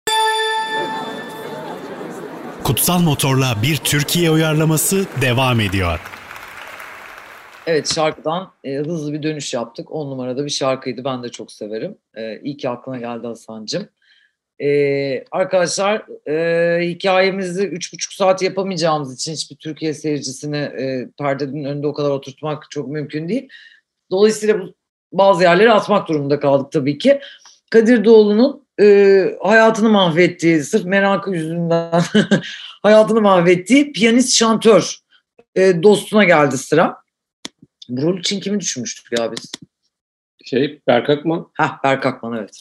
Kutsal Motor'la bir Türkiye uyarlaması devam ediyor. Evet şarkıdan e, hızlı bir dönüş yaptık. On numarada bir şarkıydı. Ben de çok severim. E, iyi ki aklına geldi Hasan'cığım. E, arkadaşlar e, hikayemizi üç buçuk saat yapamayacağımız için hiçbir Türkiye seyircisini e, perdenin önünde o kadar oturtmak çok mümkün değil. Dolayısıyla bu, bazı yerleri atmak durumunda kaldık tabii ki. Kadir Doğulu'nun e, hayatını mahvettiği, sırf merakı yüzünden hayatını mahvettiği piyanist şantör e, dostuna geldi sıra. Bu rol için kimi düşünmüştük ya biz? Şey, Berk Akman. Heh, Berk Akman evet.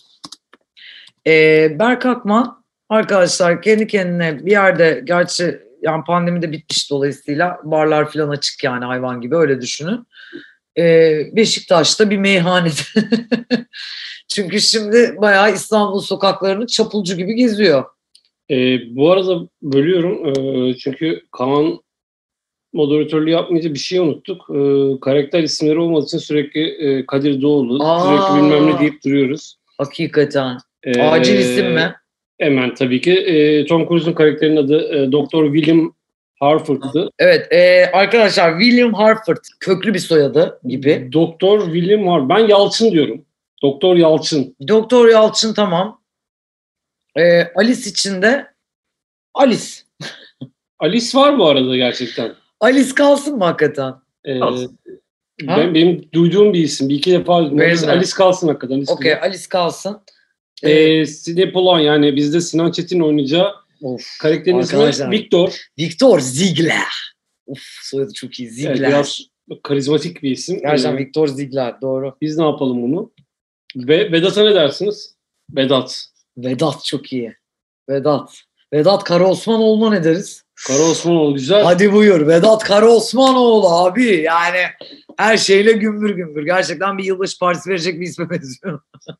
Ee, Berk Akman arkadaşlar kendi kendine bir yerde, gerçi yani pandemide bitmiş dolayısıyla barlar falan açık yani hayvan gibi öyle düşünün. Ee, Beşiktaş'ta bir meyhanede. Çünkü şimdi bayağı İstanbul sokaklarını çapulcu gibi geziyor. E, bu arada bölüyorum. E, çünkü Kaan moderatörlüğü yapmayınca bir şey unuttuk. E, karakter isimleri olmadığı için sürekli e, Kadir Doğulu, Aa. sürekli bilmem ne deyip duruyoruz. Hakikaten. E, Acil isim mi? Hemen tabii ki. E, Tom Cruise'un karakterinin adı e, Doktor William Harford'dı. Evet e, arkadaşlar William Harford köklü bir soyadı gibi. Doktor William Harford. Ben Yalçın diyorum. Doktor Yalçın. Doktor Yalçın tamam. Ee, Alice için de Alice. Alice var bu arada gerçekten. Alice kalsın mı hakikaten? Ee, Kalsın. ben, benim duyduğum bir isim. Bir iki defa duydum. Benim Alice, de. Alice kalsın hakikaten. Alice Okey güzel. Alice kalsın. Ee, Ee, Sidney Polan, yani bizde Sinan Çetin oynayacağı of, karakterin ismi arkadaşlar. Victor. Victor Ziegler. Uf soyadı çok iyi. Evet, Ziegler. biraz karizmatik bir isim. Gerçekten Ee, Victor Ziegler doğru. biz ne yapalım bunu? Ve Vedat'a ne dersiniz? Vedat. Vedat çok iyi. Vedat. Vedat Kara Osmanoğlu'na ne deriz? Kara Osmanoğlu güzel. Hadi buyur. Vedat Kara Osmanoğlu abi. Yani her şeyle gümbür gümbür. Gerçekten bir yılbaşı partisi verecek bir isme benziyor.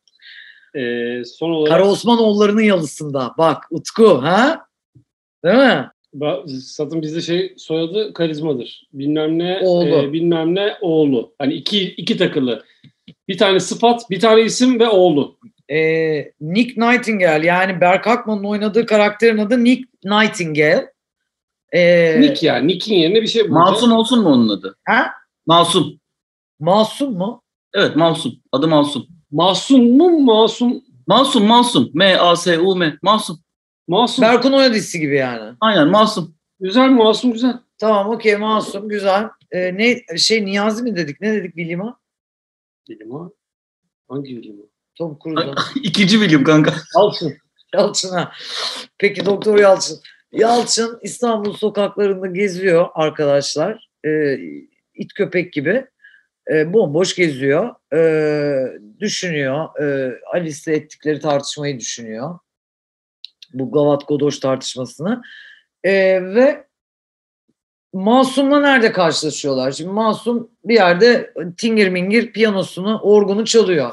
Ee, son olarak Kara Osmanoğulları'nın yalısında. Bak Utku ha? Değil mi? ba- zaten bizde şey soyadı karizmadır. Bilmem ne Oğlu. e, bilmem ne oğlu. Hani iki iki takılı. Bir tane sıfat, bir tane isim ve oğlu. Ee, Nick Nightingale yani Berk Akman'ın oynadığı karakterin adı Nick Nightingale. Ee, Nick yani. Nick'in yerine bir şey bulacağız. Masum olsun mu onun adı? Ha? Masum. Masum mu? Evet Masum. Adı Masum. Masum mu? Masum. Masum Masum. M A S U M. Masum. Masum. Berkun Oyadisi gibi yani. Aynen Masum. Güzel, masum güzel. Tamam okey Masum güzel. Ee, ne şey Niyazi mi dedik? Ne dedik Bilim'a? Bilim ha. Hangi bilim o? Tom Cruise'a. İkinci bilim kanka. Yalçın. Yalçın'a. Peki Doktor Yalçın. Yalçın İstanbul sokaklarında geziyor arkadaşlar. Ee, it köpek gibi. Ee, bomboş geziyor. Ee, düşünüyor. Ee, Alice'le ettikleri tartışmayı düşünüyor. Bu Gavat Godoş tartışmasını. Ee, ve Masum'la nerede karşılaşıyorlar? Şimdi Masum bir yerde tingir mingir piyanosunu, orgunu çalıyor.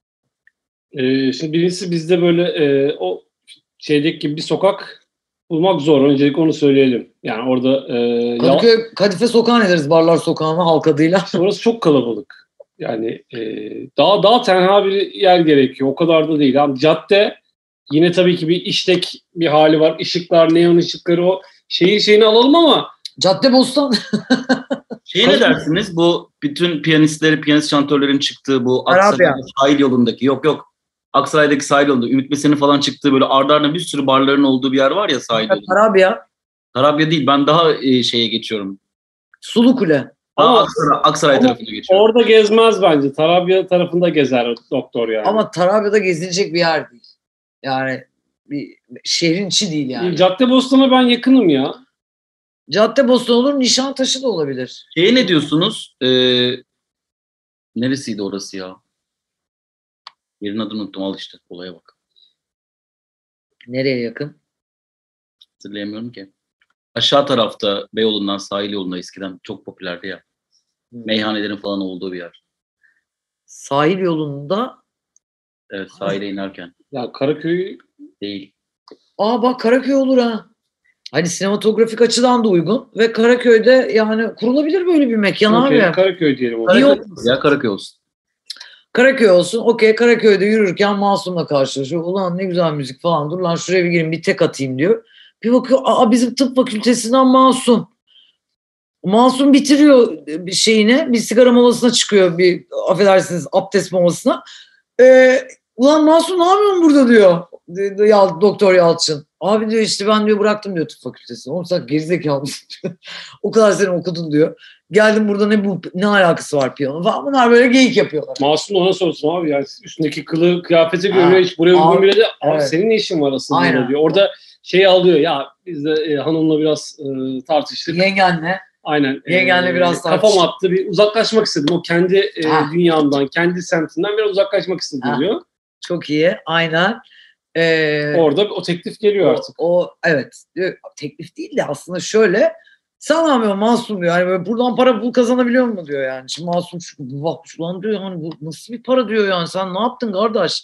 Ee, şimdi birincisi bizde böyle e, o şeydeki gibi bir sokak bulmak zor. Öncelikle onu söyleyelim. Yani orada e, Kadıköy, ya, Kadife Sokağı ne deriz Barlar Sokağı'na halk adıyla? orası çok kalabalık. Yani e, daha daha tenha bir yer gerekiyor. O kadar da değil. Yani cadde yine tabii ki bir işlek bir hali var. Işıklar, neon ışıkları, o şehir şeyini alalım ama Caddebostan. Şey ne dersiniz? Bu bütün piyanistleri, piyanist şantörlerin çıktığı bu Arabya. Aksaray sahil yolundaki, yok yok. Aksaray'daki sahil yolunda Ümit Besen'in falan çıktığı böyle arda arda bir sürü barların olduğu bir yer var ya sahil yolunda. Tarabya. Tarabya değil, ben daha e, şeye geçiyorum. Sulu Kule. Daha Ama- Aksaray, Aksaray ama tarafına geçiyorum. orada gezmez bence. Tarabya tarafında gezer o doktor yani. Ama Tarabya'da gezilecek bir yer değil. Yani bir şehrin içi değil yani. Caddebostan'a ben yakınım ya. Caddebostan olur, Nişantaşı da olabilir. Şeye ne diyorsunuz? Ee, neresiydi orası ya? Yerin adını unuttum, al işte. Olaya bak. Nereye yakın? Hatırlayamıyorum ki. Aşağı tarafta Beyoğlu'ndan sahil yolunda eskiden çok popülerdi ya. Meyhanelerin falan olduğu bir yer. Sahil yolunda. Evet, sahile inerken. Ya Karaköy Değil. Aa bak Karaköy olur ha. Hani sinematografik açıdan da uygun. Ve Karaköy'de yani kurulabilir böyle bir mekan okey, abi. Karaköy diyelim. o İyi zaman. oldu. Ya Karaköy olsun. Karaköy olsun. Okey, Karaköy'de yürürken Masum'la karşılaşıyor. Ulan ne güzel müzik falan. Dur lan şuraya bir gireyim bir tek atayım diyor. Bir bakıyor, aa bizim tıp fakültesinden Masum. Masum bitiriyor bir şeyini. Bir sigara molasına çıkıyor. Bir affedersiniz abdest molasına. Ee, ulan Masum ne yapıyorsun burada diyor. Ya, Doktor Yalçın. Abi diyor işte ben diyor bıraktım diyor tıp fakültesini. Oğlum sen gerizekalı mısın diyor. O kadar seni okudun diyor. Geldim burada ne bu ne alakası var piyano falan. Bunlar böyle geyik yapıyorlar. Masum ona sorsun abi ya. Üstündeki kılı, kıyafeti Ha, görüyor. Hiç buraya uygun abi, bile de abi evet. senin ne işin var aslında Aynen. burada diyor. Orada şeyi alıyor ya, biz de e, hanımla biraz e, tartıştık. Yengenle. Aynen. Yengenle biraz Kafam tartıştık. attı. Bir uzaklaşmak istedim. O kendi e, Ha. dünyamdan, kendi semtinden biraz uzaklaşmak istedim Ha. diyor. Çok iyi. Aynen. Ee, Orada o teklif geliyor o, artık. o evet. Diyor, teklif değil de aslında şöyle. Sen ne yapıyorsun Masum diyor. Yani böyle buradan para bul kazanabiliyor mu diyor yani. Şimdi Masum şu bakmış ulan diyor yani bu nasıl bir para diyor yani. Sen ne yaptın kardeş?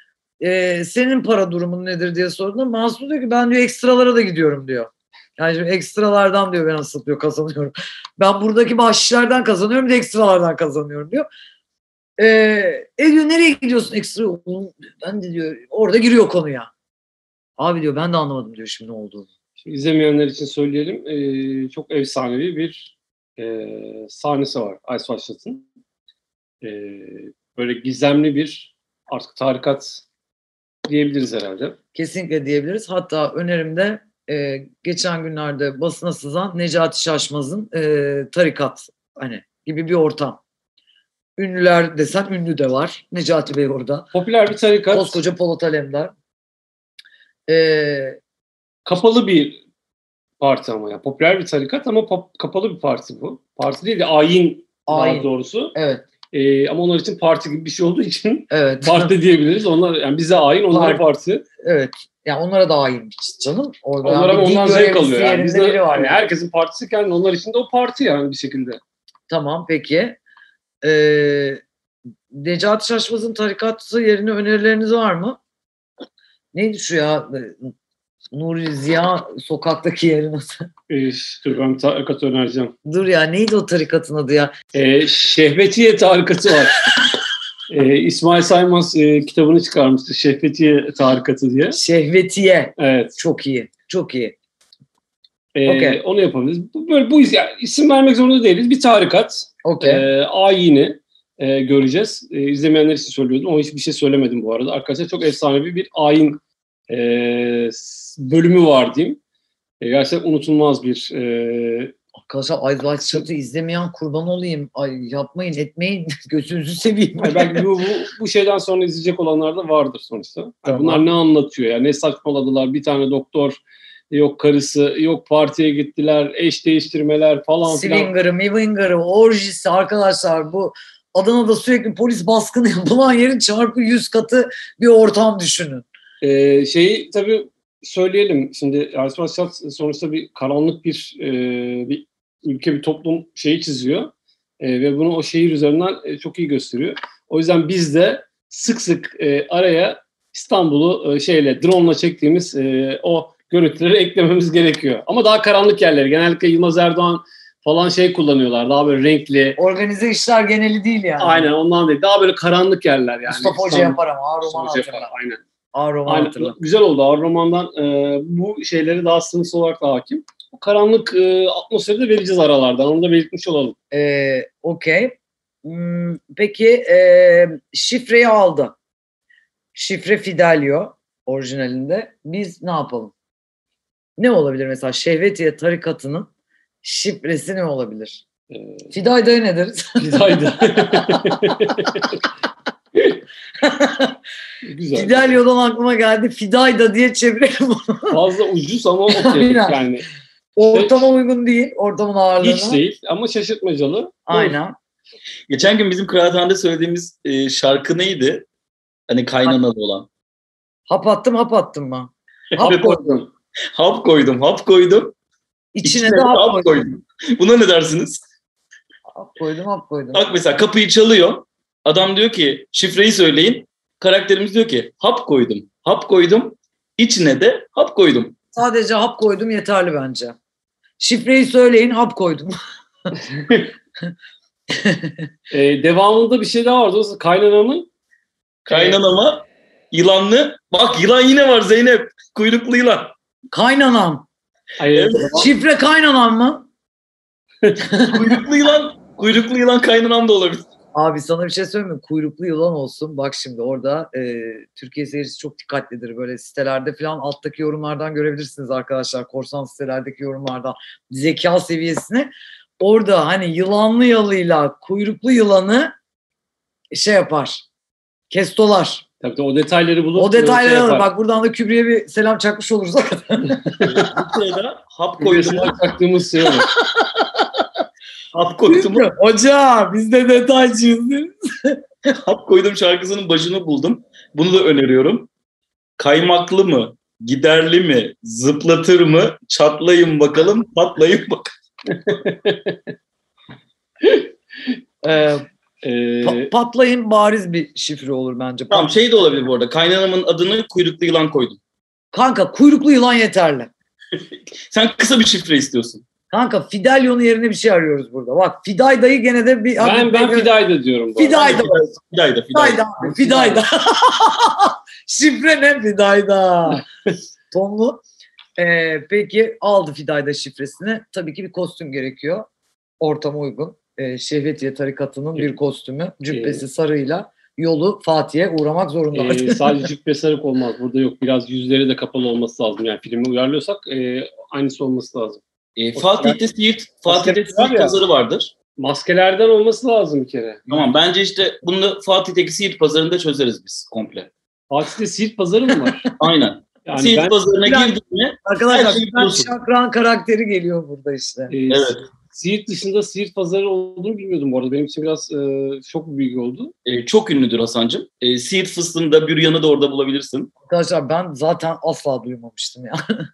Ee, senin para durumun nedir diye sorduğunda Masum diyor ki ben diyor ekstralara da gidiyorum diyor. Yani şimdi ekstralardan diyor ben nasıl diyor kazanıyorum. Ben buradaki bahşişlerden kazanıyorum da ekstralardan kazanıyorum diyor. Ee, e diyor nereye gidiyorsun ekstra? Oğlum, ben de diyor orada giriyor konuya. Abi diyor ben de anlamadım diyor şimdi ne olduğunu. Şimdi izlemeyenler için söyleyelim. E, çok efsanevi bir e, sahnesi var Ice White Shot'ın. E, böyle gizemli bir artık tarikat diyebiliriz herhalde. Kesinlikle diyebiliriz. Hatta önerimde e, geçen günlerde basına sızan Necati Şaşmaz'ın e, tarikat hani gibi bir ortam. Ünlüler desen ünlü de var. Necati Bey orada. Popüler bir tarikat. Koskoca Polat Alemdar. Ee, Kapalı bir parti ama ya. Popüler bir tarikat ama pop, kapalı bir parti bu. Parti değil de ayin, Ayin. daha doğrusu. evet. Ee, ama onlar için parti gibi bir şey olduğu için Evet. parti diyebiliriz. Onlar yani bize ayin, onlara Parti. parti. Evet. Yani onlara da ayinmiş canım. Orada Onlar ama yani bir ondan din zevk görevlisi alıyor yani. yerinde Bizde biri var yani yani. herkesin partisi kendi, onlar için de o parti yani bir şekilde. Tamam peki. Ee, Necati Şaşmaz'ın tarikatı yerine önerileriniz var mı? Neydi şu ya? Nuri Ziya sokaktaki yerin adı. Ee, dur ben tarikat önereceğim. Dur ya neydi o tarikatın adı ya? Ee, Şehvetiye tarikatı var. ee, İsmail Saymaz e, kitabını çıkarmıştı. Şehvetiye tarikatı diye. Şehvetiye. Evet. Çok iyi. Çok iyi. Ee, Okey. Onu yapabiliriz. Bu- Böyle bu yani isim vermek zorunda değiliz. Bir tarikat. Okey. E, ayini e, göreceğiz. E, izlemeyenler için söylüyordum ama hiçbir şey söylemedim bu arada. Arkadaşlar çok efsanevi bir ayin e, bölümü var diyeyim. E, gerçekten unutulmaz bir e, Arkadaşlar Ay White Shot'ı izlemeyen kurban olayım. Ay yapmayın etmeyin. Gözünüzü seveyim. yani belki bu, bu, bu şeyden sonra izleyecek olanlar da vardır sonuçta. Yani Tamam. bunlar ne anlatıyor ya? Ne saçmaladılar? Bir tane doktor, yok karısı, yok partiye gittiler, eş değiştirmeler falan filan. Swinger'ı, Mewinger'ı, orjisi arkadaşlar bu Adana'da sürekli polis baskını yapılan yerin çarpı yüz katı bir ortam düşünün. Ee, şeyi tabii söyleyelim. Şimdi Ice White Shot sonuçta bir karanlık bir, e, bir ülke, bir toplum şeyi çiziyor. E, ve bunu o şehir üzerinden e, çok iyi gösteriyor. O yüzden biz de sık sık e, araya İstanbul'u e, şeyle, drone'la çektiğimiz e, o görüntüleri eklememiz gerekiyor. Ama daha karanlık yerleri. Genellikle Yılmaz Erdoğan falan şey kullanıyorlar. Daha böyle renkli. Organize işler geneli değil yani. Aynen, ondan değil. Daha böyle karanlık yerler yani. Mustafa Hoca İstanbul, yapar ama ağır roman Hoca hatırlar. yapar, aynen. Ağır roman Aynen. hatırlar. Güzel oldu. Ağır romandan e, bu şeyleri daha sınıfsal olarak da hakim. Bu karanlık e, atmosferi de vereceğiz aralardan. Onu da belirtmiş olalım. Ee, Okey. Hmm, peki e, şifreyi aldı. Şifre Fidelio orijinalinde. Biz ne yapalım? Ne olabilir mesela Şehvetiye tarikatının şifresi ne olabilir? Ee, Fidayda'ya ne deriz? Fidayda. Güzel. Fidelio'dan aklıma geldi. Fidayda diye çevirelim bunu. Fazla ucuz ama okey. Aynen. Yani Ortama uygun değil. Ortamın ağırlığına. hiç değil ama şaşırtmacalı. Aynen. Geçen gün bizim kıraathanede söylediğimiz e, şarkı neydi? Hani kaynanalı olan. Hap attım hap attım mı? Hap Evet. koydum. Hap koydum, hap koydum. İçine, İçine de hap, koydum. koydum. Buna ne dersiniz? Hap koydum hap koydum. Bak mesela kapıyı çalıyor. Adam diyor ki şifreyi söyleyin. Karakterimiz diyor ki hap koydum, hap koydum. İçine de hap koydum. Sadece hap koydum yeterli bence. Şifreyi söyleyin hap koydum. Ee, devamında bir şey daha vardı. O kaynanamın Kaynanama yılanlı. Bak yılan yine var Zeynep. Kuyruklu yılan. Kaynanam. Hayır, Şifre kaynanam mı? Kuyruklu yılan. Kuyruklu yılan kaynanam da olabilir. Abi sana bir şey söyleyeyim mi? Kuyruklu yılan olsun. Bak şimdi orada e, Türkiye seyircisi çok dikkatlidir. Böyle sitelerde falan alttaki yorumlardan görebilirsiniz arkadaşlar. Korsan sitelerdeki yorumlardan. Zeka seviyesini. Orada hani yılanlı yalıyla kuyruklu yılanı şey yapar. Kestolar. tabii o detayları bulup O detayları şey alır. yapar. Bak buradan da Kübri'ye bir selam çakmış oluruz hakikaten. Bu sırada hap koydum. Koydum. Taktığımız şey olur. Hap koydum. Hoca biz de detaycıyız değil mi? Hap koydum şarkısının başını buldum. Bunu da öneriyorum. Kaymaklı mı? Giderli mi? Zıplatır mı? Çatlayın bakalım, patlayın bakalım. Ee, Ee, pa- patlayın bariz bir şifre olur bence. Tamam şey de olabilir bu arada. Kaynanamın adını kuyruklu yılan koydum. Kanka kuyruklu yılan yeterli. Sen kısa bir şifre istiyorsun. Kanka Fidelio'nun yerine bir şey arıyoruz burada. Bak Fidayda'yı gene de bir... ben ben Fidayda diyorum. Bu arada. Fidayda. Fidayda, Fidayda. Fidayda abi. Fidayda. Şifre ne? Fidayda. Tonlu. Ee, peki aldı Fidayda şifresini. Tabii ki bir kostüm gerekiyor. Ortama uygun. Ee, Şehvetiye tarikatının bir kostümü. Cübbesi sarıyla yolu Fatih'e uğramak zorunda. Ee, sadece cübbe sarık olmaz. Burada yok. Biraz yüzleri de kapalı olması lazım. Yani filmi uyarlıyorsak e, aynısı olması lazım. E, Fatih'te Siirt, Fatih'te Maskeler var Siirt ya. pazarı vardır. Maskelerden olması lazım bir kere. Tamam bence işte bunu Fatih'teki Siirt pazarında çözeriz biz komple. Fatih'te Siirt pazarı mı var? Aynen. Yani Siirt ben pazarına Biraz- girdik mi? Arkadaşlar Her şeyi ben bulursun. Şakran karakteri geliyor burada işte. e, Evet. Siirt dışında Siirt pazarı olduğunu bilmiyordum bu arada. Benim için biraz e, şok bir bilgi oldu. E, çok ünlüdür Hasan'cığım. E, Siirt fıstığında büryanı da orada bulabilirsin. Arkadaşlar ben zaten asla duymamıştım ya.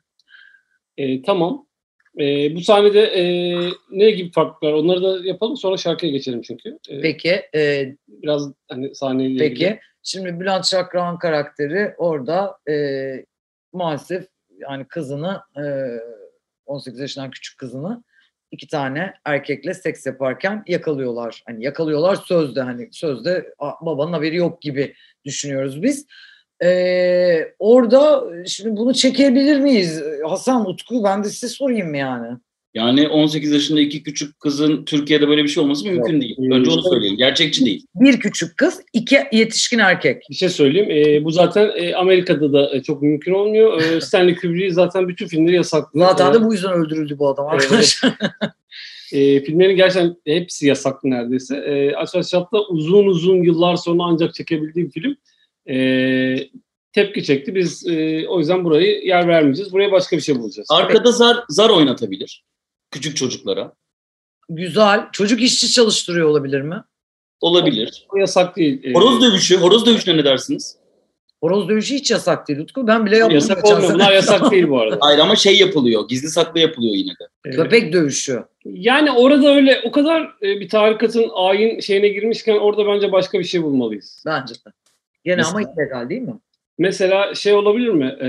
E, tamam. E, bu sahnede e, ne gibi farklar? Onları da yapalım sonra şarkıya geçelim çünkü. E, Peki e, Biraz hani sahneyle ilgili. Peki. Şimdi Bülent Şakrak'ın karakteri orada e, maalesef yani kızını e, on sekiz yaşından küçük kızını iki tane erkekle seks yaparken yakalıyorlar. Hani yakalıyorlar sözde hani sözde a, babanın haberi yok gibi düşünüyoruz biz. E, orada şimdi bunu çekebilir miyiz? Hasan, Utku ben de size sorayım yani. Yani on sekiz yaşında iki küçük kızın Türkiye'de böyle bir şey olması mümkün Yok. değil. Önce onu söyleyeyim. Gerçekçi değil. Bir küçük kız, iki yetişkin erkek. Bir şey söyleyeyim. E, bu zaten e, Amerika'da da e, çok mümkün olmuyor. E, Stanley Kubrick zaten bütün filmleri yasaklıyor. Zaten E, de bu yüzden öldürüldü bu adam arkadaşlar. E, filmlerin gerçekten hepsi yasaklı neredeyse. E, Açıkçası hatta uzun uzun yıllar sonra ancak çekebildiğim film e, tepki çekti. Biz e, o yüzden burayı yer vermeyeceğiz. Buraya başka bir şey bulacağız. Arkada zar zar oynatabilir. Küçük çocuklara. Güzel. Çocuk işçi çalıştırıyor olabilir mi? Olabilir. O yasak değil. E, Horoz dövüşü. Horoz dövüşüne ne dersiniz? Horoz dövüşü hiç yasak değil Utku. Ben bile yaptım. Yasak olmuyor. Bunlar yasak değil bu arada. Hayır ama şey yapılıyor. Gizli saklı yapılıyor yine de. Köpek dövüşü. Yani orada öyle o kadar e, bir tarikatın ayin şeyine girmişken orada bence başka bir şey bulmalıyız. Bence de. Gene Mesela? ama illegal değil mi? Mesela şey olabilir mi? E,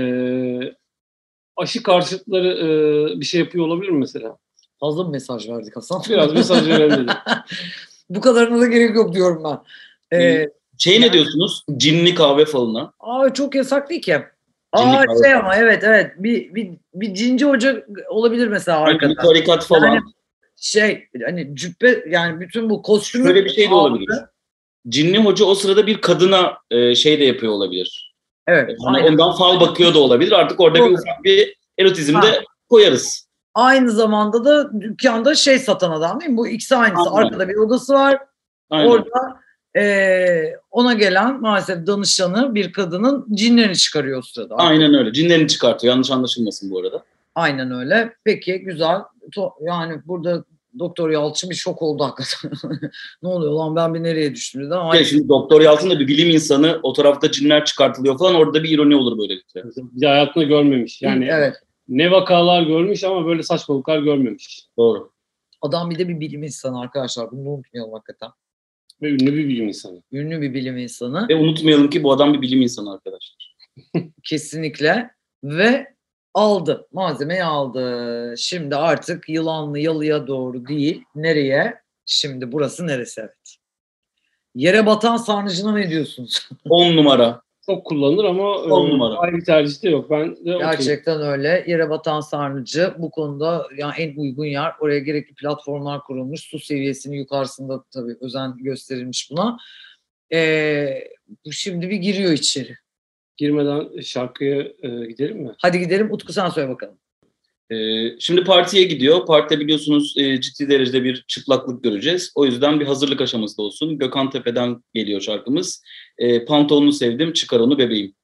aşı karşıtları e, bir şey yapıyor olabilir mi mesela? Fazla mı mesaj verdik Hasan? Biraz mesaj verelim dedim. Bu kadarına da gerek yok diyorum ben. Ee, Şey ne diyorsunuz? Cinli kahve falına. Aa çok yasak değil ki. Aa Cinli kahve. şey ama evet evet bir, bir, bir cinci hoca olabilir mesela Hani arkada. bir tarikat falan. Yani şey hani cübbe yani bütün bu kostümü. Şöyle bir şey de olabilir. Cinli hoca o sırada bir kadına e, şey de yapıyor olabilir. Evet. Hani aynen. ondan fal bakıyor da olabilir. Artık orada Doğru. bir ufak bir erotizm Ha. de koyarız. Aynı zamanda da dükkanda şey satan adam değil mi? Bu ikisi aynısı. Aynen. Arkada bir odası var. Aynen. Orada e, ona gelen maalesef danışanı bir kadının cinlerini çıkarıyor o sırada. Aynen öyle. Cinlerini çıkartıyor. Yanlış anlaşılmasın bu arada. Aynen öyle. Peki güzel. To- yani burada Doktor Yalçın bir şok oldu hakikaten. Ne oluyor lan ben bir nereye düştüm dedi ama Ya şimdi Doktor Yalçın da bir bilim insanı, o tarafta cinler çıkartılıyor falan, orada bir ironi olur böylelikle. Bir hayatında görmemiş. Yani evet. ne vakalar görmüş ama böyle saçmalıklar görmemiş. Doğru. Adam bir de bir bilim insanı arkadaşlar. Bunu unutmayalım hakikaten. Ve ünlü bir bilim insanı. Ünlü bir bilim insanı. Ve unutmayalım ki bu adam bir bilim insanı arkadaşlar. Kesinlikle. Ve aldı. Malzemeyi aldı. Şimdi artık Yılanlı Yalı'ya doğru değil. Nereye? Şimdi burası neresi evet. Yere batan sarnıcına ne diyorsunuz? On numara. Çok kullanılır ama On e, numara. ayrı tercih de yok. Ben de Gerçekten öyle. Yere batan sarnıcı bu konuda yani en uygun yer. Oraya gerekli platformlar kurulmuş. Su seviyesinin yukarısında tabii özen gösterilmiş buna. Ee, bu şimdi bir giriyor içeri. girmeden şarkıya e, gidelim mi? Hadi gidelim. Utku sen söyle bakalım. Ee, şimdi partiye gidiyor. Partide biliyorsunuz e, ciddi derecede bir çıplaklık göreceğiz. O yüzden bir hazırlık aşaması olsun. Gökhan Tepe'den geliyor şarkımız. E, Pantolonunu sevdim, çıkar onu bebeğim.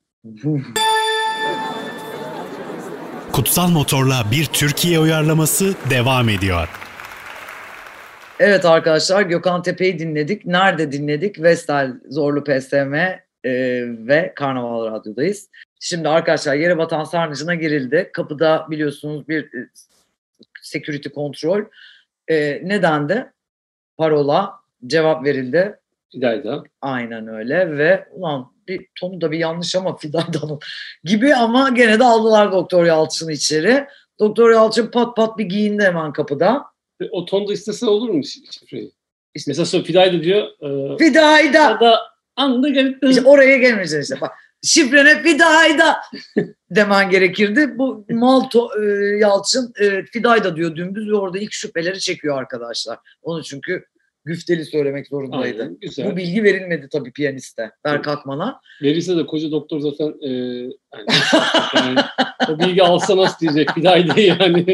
Kutsal Motor'la bir Türkiye uyarlaması devam ediyor. Evet arkadaşlar Gökhan Tepe'yi dinledik. Nerede dinledik? Vestel Zorlu P S M e, ve Karnaval Radyo'dayız. Şimdi arkadaşlar yere batan sarnıcına girildi. Kapıda biliyorsunuz bir e, security kontrol. E, neden de? Parola cevap verildi. Fidayda. Aynen öyle ve ulan bir tonu da bir yanlış ama Fiday'dan gibi ama gene de aldılar Doktor Yalçın'ı içeri. Doktor Yalçın pat pat bir giyindi hemen kapıda. O tonda istese olur mu şifreyi? İşte mesela sonra Fidayda diyor. E, Fidayda. da anda gelip İşte oraya gelmeyeceksin işte. Bak, şifrene Fidayda demen gerekirdi. Bu Malto e, Yalçın e, Fidayda diyor dümdüz ve orada ilk şüpheleri çekiyor arkadaşlar. Onu çünkü güfteli söylemek zorundaydı. Aynen, güzel. Bu bilgi verilmedi tabii piyaniste Berk Akman'a. Verirse de koca doktor zaten e, yani, yani, o bilgi alsa nasıl diyecek Fidayda'yı yani.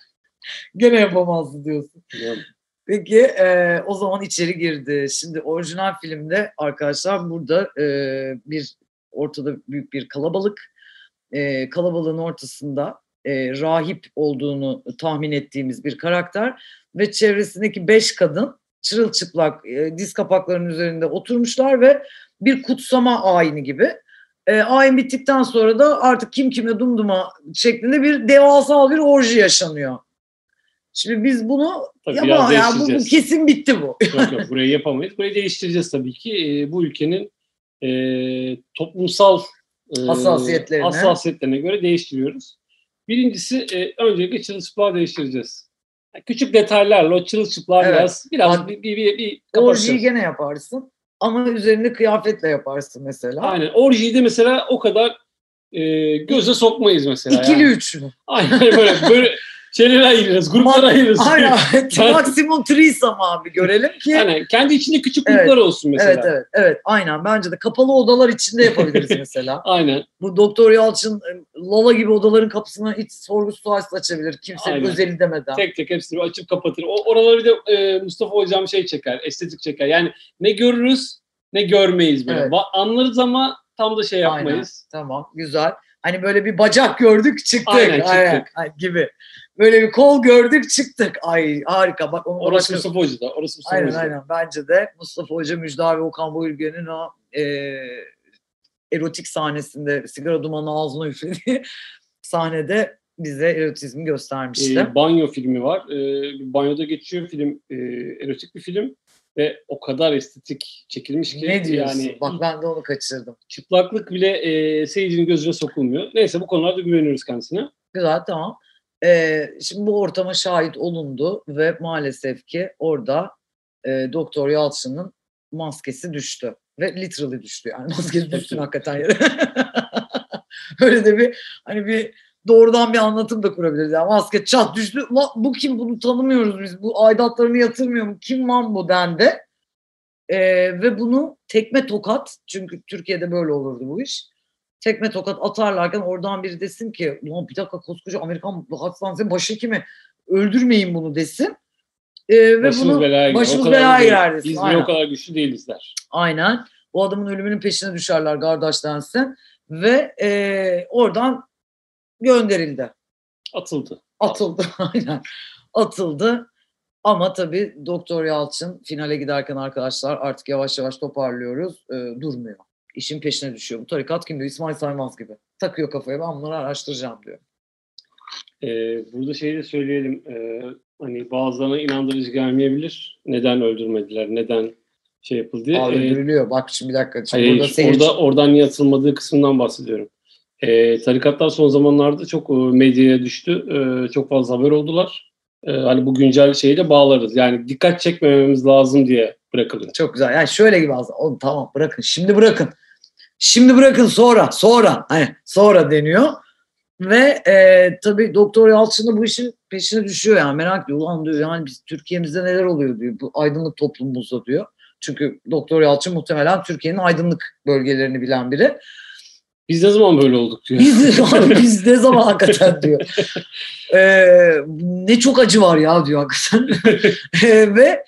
Gene yapamazdı diyorsun. Yani. Peki e, o zaman içeri girdi. Şimdi orijinal filmde arkadaşlar burada e, bir ortada büyük bir kalabalık. E, kalabalığın ortasında e, rahip olduğunu tahmin ettiğimiz bir karakter ve çevresindeki beş kadın çırılçıplak e, diz kapaklarının üzerinde oturmuşlar ve bir kutsama ayini gibi. E, ayin bittikten sonra da artık kim kime dumduma şeklinde bir devasa bir orji yaşanıyor. Şimdi biz bunu Tabii yapamam ya bu, bu kesin bitti bu. Yok yok burayı yapamayız. Burayı değiştireceğiz tabii ki. E, bu ülkenin e, toplumsal e, hassasiyetlerine. hassasiyetlerine göre değiştiriyoruz. Birincisi e, öncelikle çırılçıplağı değiştireceğiz. Yani küçük detaylarla o çırılçıplağı Evet. biraz biraz Bak, bir, bir, bir, bir orjiyi gene yaparsın ama üzerinde kıyafetle yaparsın mesela. Aynen. Orjiyi de mesela o kadar e, göze sokmayız mesela. İkili yani. üçlü. Aynen böyle böyle şeylere ayırırız, gruplara ayırırız. Aynen. Maksimum threesome abi görelim ki. Aynen. Kendi içinde küçük Evet. gruplar olsun mesela. Evet evet evet aynen bence de kapalı odalar içinde yapabiliriz mesela. Aynen. Bu Doktor Yalçın Lola gibi odaların kapısını hiç sorgusu sualsiz açabilir. Kimsenin Aynen. özeli demeden. Tek tek hepsini açıp kapatır. O oraları bir de e, Mustafa Hocam şey çeker, estetik çeker. Yani ne görürüz ne görmeyiz böyle. Evet. Va- anlarız ama tam da şey yapmayız. Aynen. Tamam güzel. Hani böyle bir bacak gördük çıktık. Aynen, çıktık. Aynen, aynen, gibi. Böyle bir kol gördük çıktık. Ay harika. Bak onu Orası başka... Mustafa Hoca da. Orası Mustafa Aynen Hoca da. aynen. Bence de Mustafa Hoca, Müjdat ve Okan Bayülgen'in o e, erotik sahnesinde sigara dumanı ağzına üflediği sahnede bize erotizmi göstermişti. E, banyo filmi var. E, banyoda geçiyor film. E, erotik bir film. Ve o kadar estetik çekilmiş ki. Ne diyorsun? Yani, bak ben de onu kaçırdım. Çıplaklık bile e, seyircinin gözüne sokulmuyor. Neyse bu konularda güveniyoruz kendisine. Güzel, tamam. Ee, şimdi bu ortama şahit olundu ve maalesef ki orada e, Doktor Yalçın'ın maskesi düştü. Ve literally düştü yani. Maskesi düştü hakikaten yere. Öyle de bir hani bir doğrudan bir anlatım da kurabiliriz. Yani maske çat düştü. La, bu kim? Bunu tanımıyoruz biz. Bu aidatlarını yatırmıyor mu? Kim lan bu dendi. Ee, ve bunu tekme tokat, çünkü Türkiye'de böyle olurdu bu iş. Tekme tokat atarlarken oradan biri desin ki ulan bir dakika, koskoca Amerikan hastanesinin başhekimi, öldürmeyin bunu desin. Ee, ve başımız bunu belaya girer. başımız belaya girer desin. Biz Aynen. o kadar güçlü değiliz der. Aynen. O adamın ölümünün peşine düşerler kardeş densin. Ve e, oradan gönderildi. Atıldı. Atıldı. Aynen. Atıldı. Ama tabii Doktor Yalçın finale giderken arkadaşlar artık yavaş yavaş toparlıyoruz. E, durmuyor. İşin peşine düşüyor. Bu tarikat kim diyor? İsmail Saymaz gibi. Takıyor kafaya, ben bunları araştıracağım diyor. Ee, burada şeyi de söyleyelim. Ee, hani bazılarına inandırıcı gelmeyebilir. Neden öldürmediler? Neden şey yapıldı diye. Aa, Ee, öldürülüyor. Bak şimdi bir dakika. Şimdi hayır, burada seyirci... orada, oradan niye atılmadığı kısmından bahsediyorum. Ee, tarikatlar son zamanlarda çok e, medyaya düştü. Ee, çok fazla haber oldular. Ee, hani bu güncel şeyi de bağlarız. Yani dikkat çekmememiz lazım diye bırakılıyor. Çok güzel. Yani şöyle gibi aslında. Oğlum tamam, bırakın. Şimdi bırakın. Şimdi bırakın sonra. Sonra. Hani sonra deniyor. Ve e, tabii Doktor Yalçın da bu işin peşine düşüyor yani. Merak ediyor. Ulan diyor yani biz Türkiye'mizde neler oluyor diyor. Bu aydınlık toplumumuzda diyor. Çünkü Doktor Yalçın muhtemelen Türkiye'nin aydınlık bölgelerini bilen biri. Biz ne zaman böyle olduk diyor. Biz, abi, biz ne zaman hakikaten diyor. Ee, ne çok acı var ya diyor hakikaten. ee, ve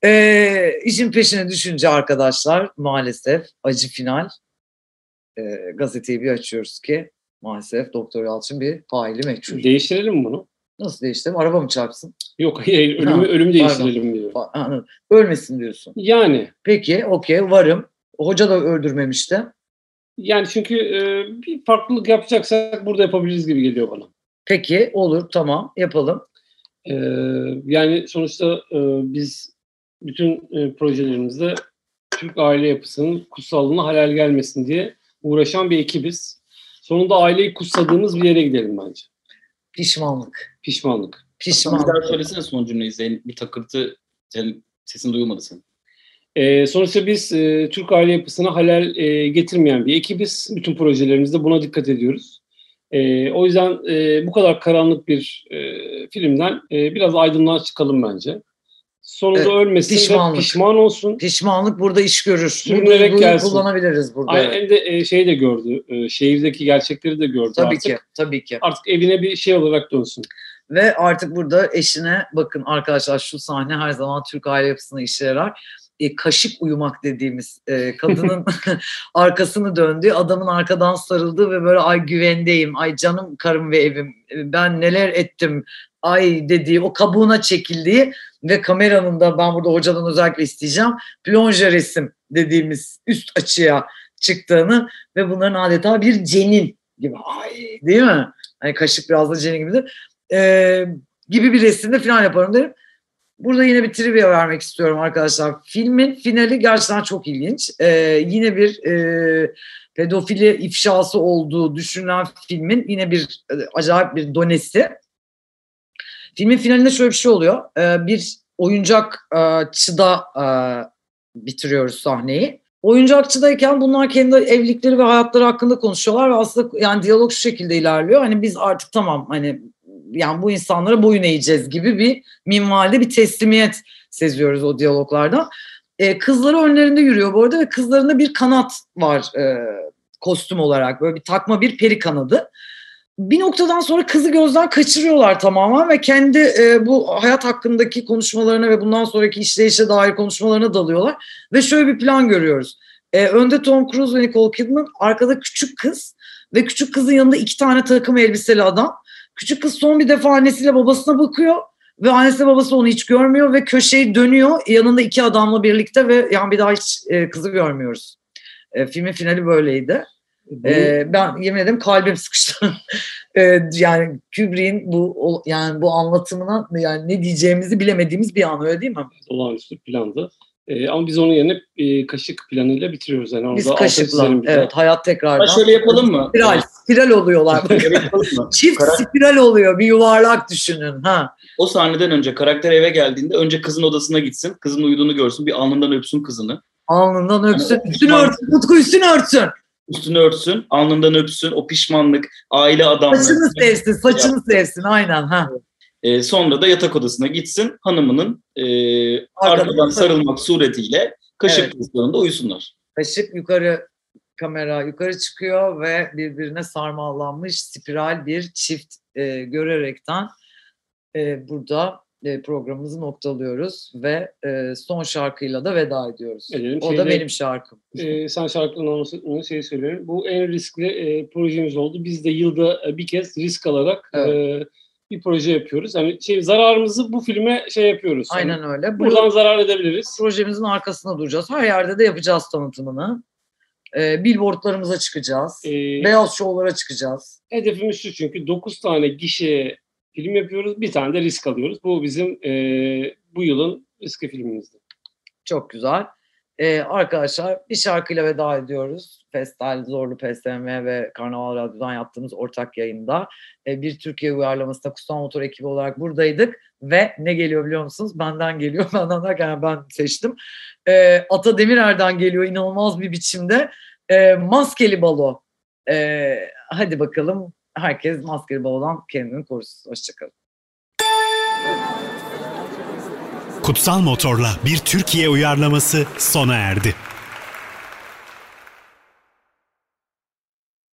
e, işin peşine düşünce arkadaşlar maalesef acı final. Ee, gazeteyi bir açıyoruz ki maalesef Doktor Yalçın bir faili meçhul. Değiştirelim mi bunu? Nasıl değiştirelim? Araba mı çarpsın? Yok hayır, ölümü, Ha, ölümü değiştirelim diyor. Anladım. Ölmesin diyorsun. Yani. Peki okey, varım. Hoca da öldürmemişti. Yani çünkü e, bir farklılık yapacaksak burada yapabiliriz gibi geliyor bana. Peki olur, tamam, yapalım. E, yani sonuçta e, biz bütün e, projelerimizde Türk aile yapısının kutsallığına halel gelmesin diye uğraşan bir ekibiz. Sonunda aileyi kutsadığımız bir yere gidelim bence. Pişmanlık. Pişmanlık. Pişmanlık. Bir daha söylesene son cümleyi Zeyn. Bir takırtı, senin sesin duyulmadı senin. E, sonuçta biz e, Türk aile yapısına halel e, getirmeyen bir ekibiz. Bütün projelerimizde buna dikkat ediyoruz. E, o yüzden e, bu kadar karanlık bir e, filmden e, biraz aydınlığa çıkalım bence. Sonunda evet, ölmesin ve pişman olsun. Pişmanlık burada iş görür. Sürünerek bunu, gelsin. Kullanabiliriz burada. Aynen, hem de e, şeyi de gördü. E, şehirdeki gerçekleri de gördü tabii artık. Tabii ki, tabii ki. Artık evine bir şey olarak dönsün. Ve artık burada eşine bakın arkadaşlar, şu sahne her zaman Türk aile yapısına işe yarar. E, kaşık uyumak dediğimiz e, kadının arkasını döndüğü, adamın arkadan sarıldığı ve böyle ay güvendeyim, ay canım karım ve evim, ben neler ettim ay dediği, o kabuğuna çekildiği ve kameranın da, ben burada hocadan özellikle isteyeceğim, plonje resim dediğimiz üst açıya çıktığını ve bunların adeta bir cenin gibi, ay değil mi? Hani kaşık biraz da cenin gibidir. E, gibi bir resimde final yaparım derim. Burada yine bir trivia vermek istiyorum arkadaşlar. Filmin finali gerçekten çok ilginç. Ee, yine bir e, pedofili ifşası olduğu düşünülen filmin yine bir e, acayip bir donesi. Filmin finalinde şöyle bir şey oluyor. Ee, bir oyuncakçıda e, bitiriyoruz sahneyi. Oyuncakçıdayken bunlar kendi evlilikleri ve hayatları hakkında konuşuyorlar ve aslında yani diyalog şu şekilde ilerliyor. Hani biz artık tamam, hani yani bu insanlara boyun eğeceğiz gibi bir minvalde bir teslimiyet seziyoruz o diyaloglarda. Ee, kızları önlerinde yürüyor bu arada ve kızlarında bir kanat var e, kostüm olarak, böyle bir takma bir peri kanadı. Bir noktadan sonra kızı gözden kaçırıyorlar tamamen ve kendi e, bu hayat hakkındaki konuşmalarına ve bundan sonraki işleyişe dair konuşmalarına dalıyorlar. Ve şöyle bir plan görüyoruz. E, önde Tom Cruise ve Nicole Kidman, arkada küçük kız ve küçük kızın yanında iki tane takım elbiseli adam. Küçük kız son bir defa annesiyle babasına bakıyor ve annesiyle babası onu hiç görmüyor ve köşeyi dönüyor yanında iki adamla birlikte ve yani bir daha hiç e, kızı görmüyoruz. E, filmin finali böyleydi. Ee, ben yemin ederim kalbim sıkıştı. ee, yani Kubrick'in bu yani bu anlatımına yani ne diyeceğimizi bilemediğimiz bir an, öyle değil mi? Olağanüstü plandı. Ee, ama biz onun yerine e, kaşık planıyla bitiriyoruz. Yani biz kaşıkla. Evet, hayat tekrardan. Ha, şöyle yapalım mı? Spiral, spiral oluyorlar. Çift Karak- spiral oluyor. Bir yuvarlak düşünün. Ha. O sahneden önce karakter eve geldiğinde önce kızın odasına gitsin. Kızın uyuduğunu görsün. Bir alnından öpsün kızını. Alnından öpsün. Yani üstünü örtsün. Utku üstünü örtsün. Üstünü örtsün. Alnından öpsün. O pişmanlık, aile adamları. Saçını sevsin. Saçını sevsin. Aynen. Ha. E, sonra da yatak odasına gitsin. Hanımının e, arkadan, arkadan sarılmak suretiyle kaşık evet. pozisyonunda uyusunlar. Kaşık yukarı, kamera yukarı çıkıyor ve birbirine sarmallanmış spiral bir çift e, görerekten e, burada e, programımızı noktalıyoruz ve e, son şarkıyla da veda ediyoruz. Edelim, o şeyde, da benim şarkım. E, sen şarkının olmasını şeyi söylüyorum. Bu en riskli e, projemiz oldu. Biz de yılda bir kez risk alarak evet. e, bir proje yapıyoruz. Yani şey, zararımızı bu filme şey yapıyoruz. Aynen yani öyle. Buradan bu, zarar edebiliriz. Projemizin arkasında duracağız. Her yerde de yapacağız tanıtımını. E, billboardlarımıza çıkacağız. E, Beyaz şovlara çıkacağız. Hedefimiz şu, çünkü dokuz tane gişeye film yapıyoruz. Bir tane de risk alıyoruz. Bu bizim e, bu yılın riskli filmimizdi. Çok güzel. Ee, arkadaşlar bir şarkıyla veda ediyoruz. Festal, Zorlu P S M ve Karnaval Radyo'dan yaptığımız ortak yayında. Ee, bir Türkiye uyarlamasında Kutsal Motor ekibi olarak buradaydık. Ve ne geliyor biliyor musunuz? Benden geliyor. Benden derken ben seçtim. Ee, Ata Demirer'den geliyor inanılmaz bir biçimde. Ee, Maskeli Balo. Ee, hadi bakalım. Herkes Maskeli Balo'dan kendini korusun. Hoşçakalın. Kutsal Motor'la bir Türkiye uyarlaması sona erdi.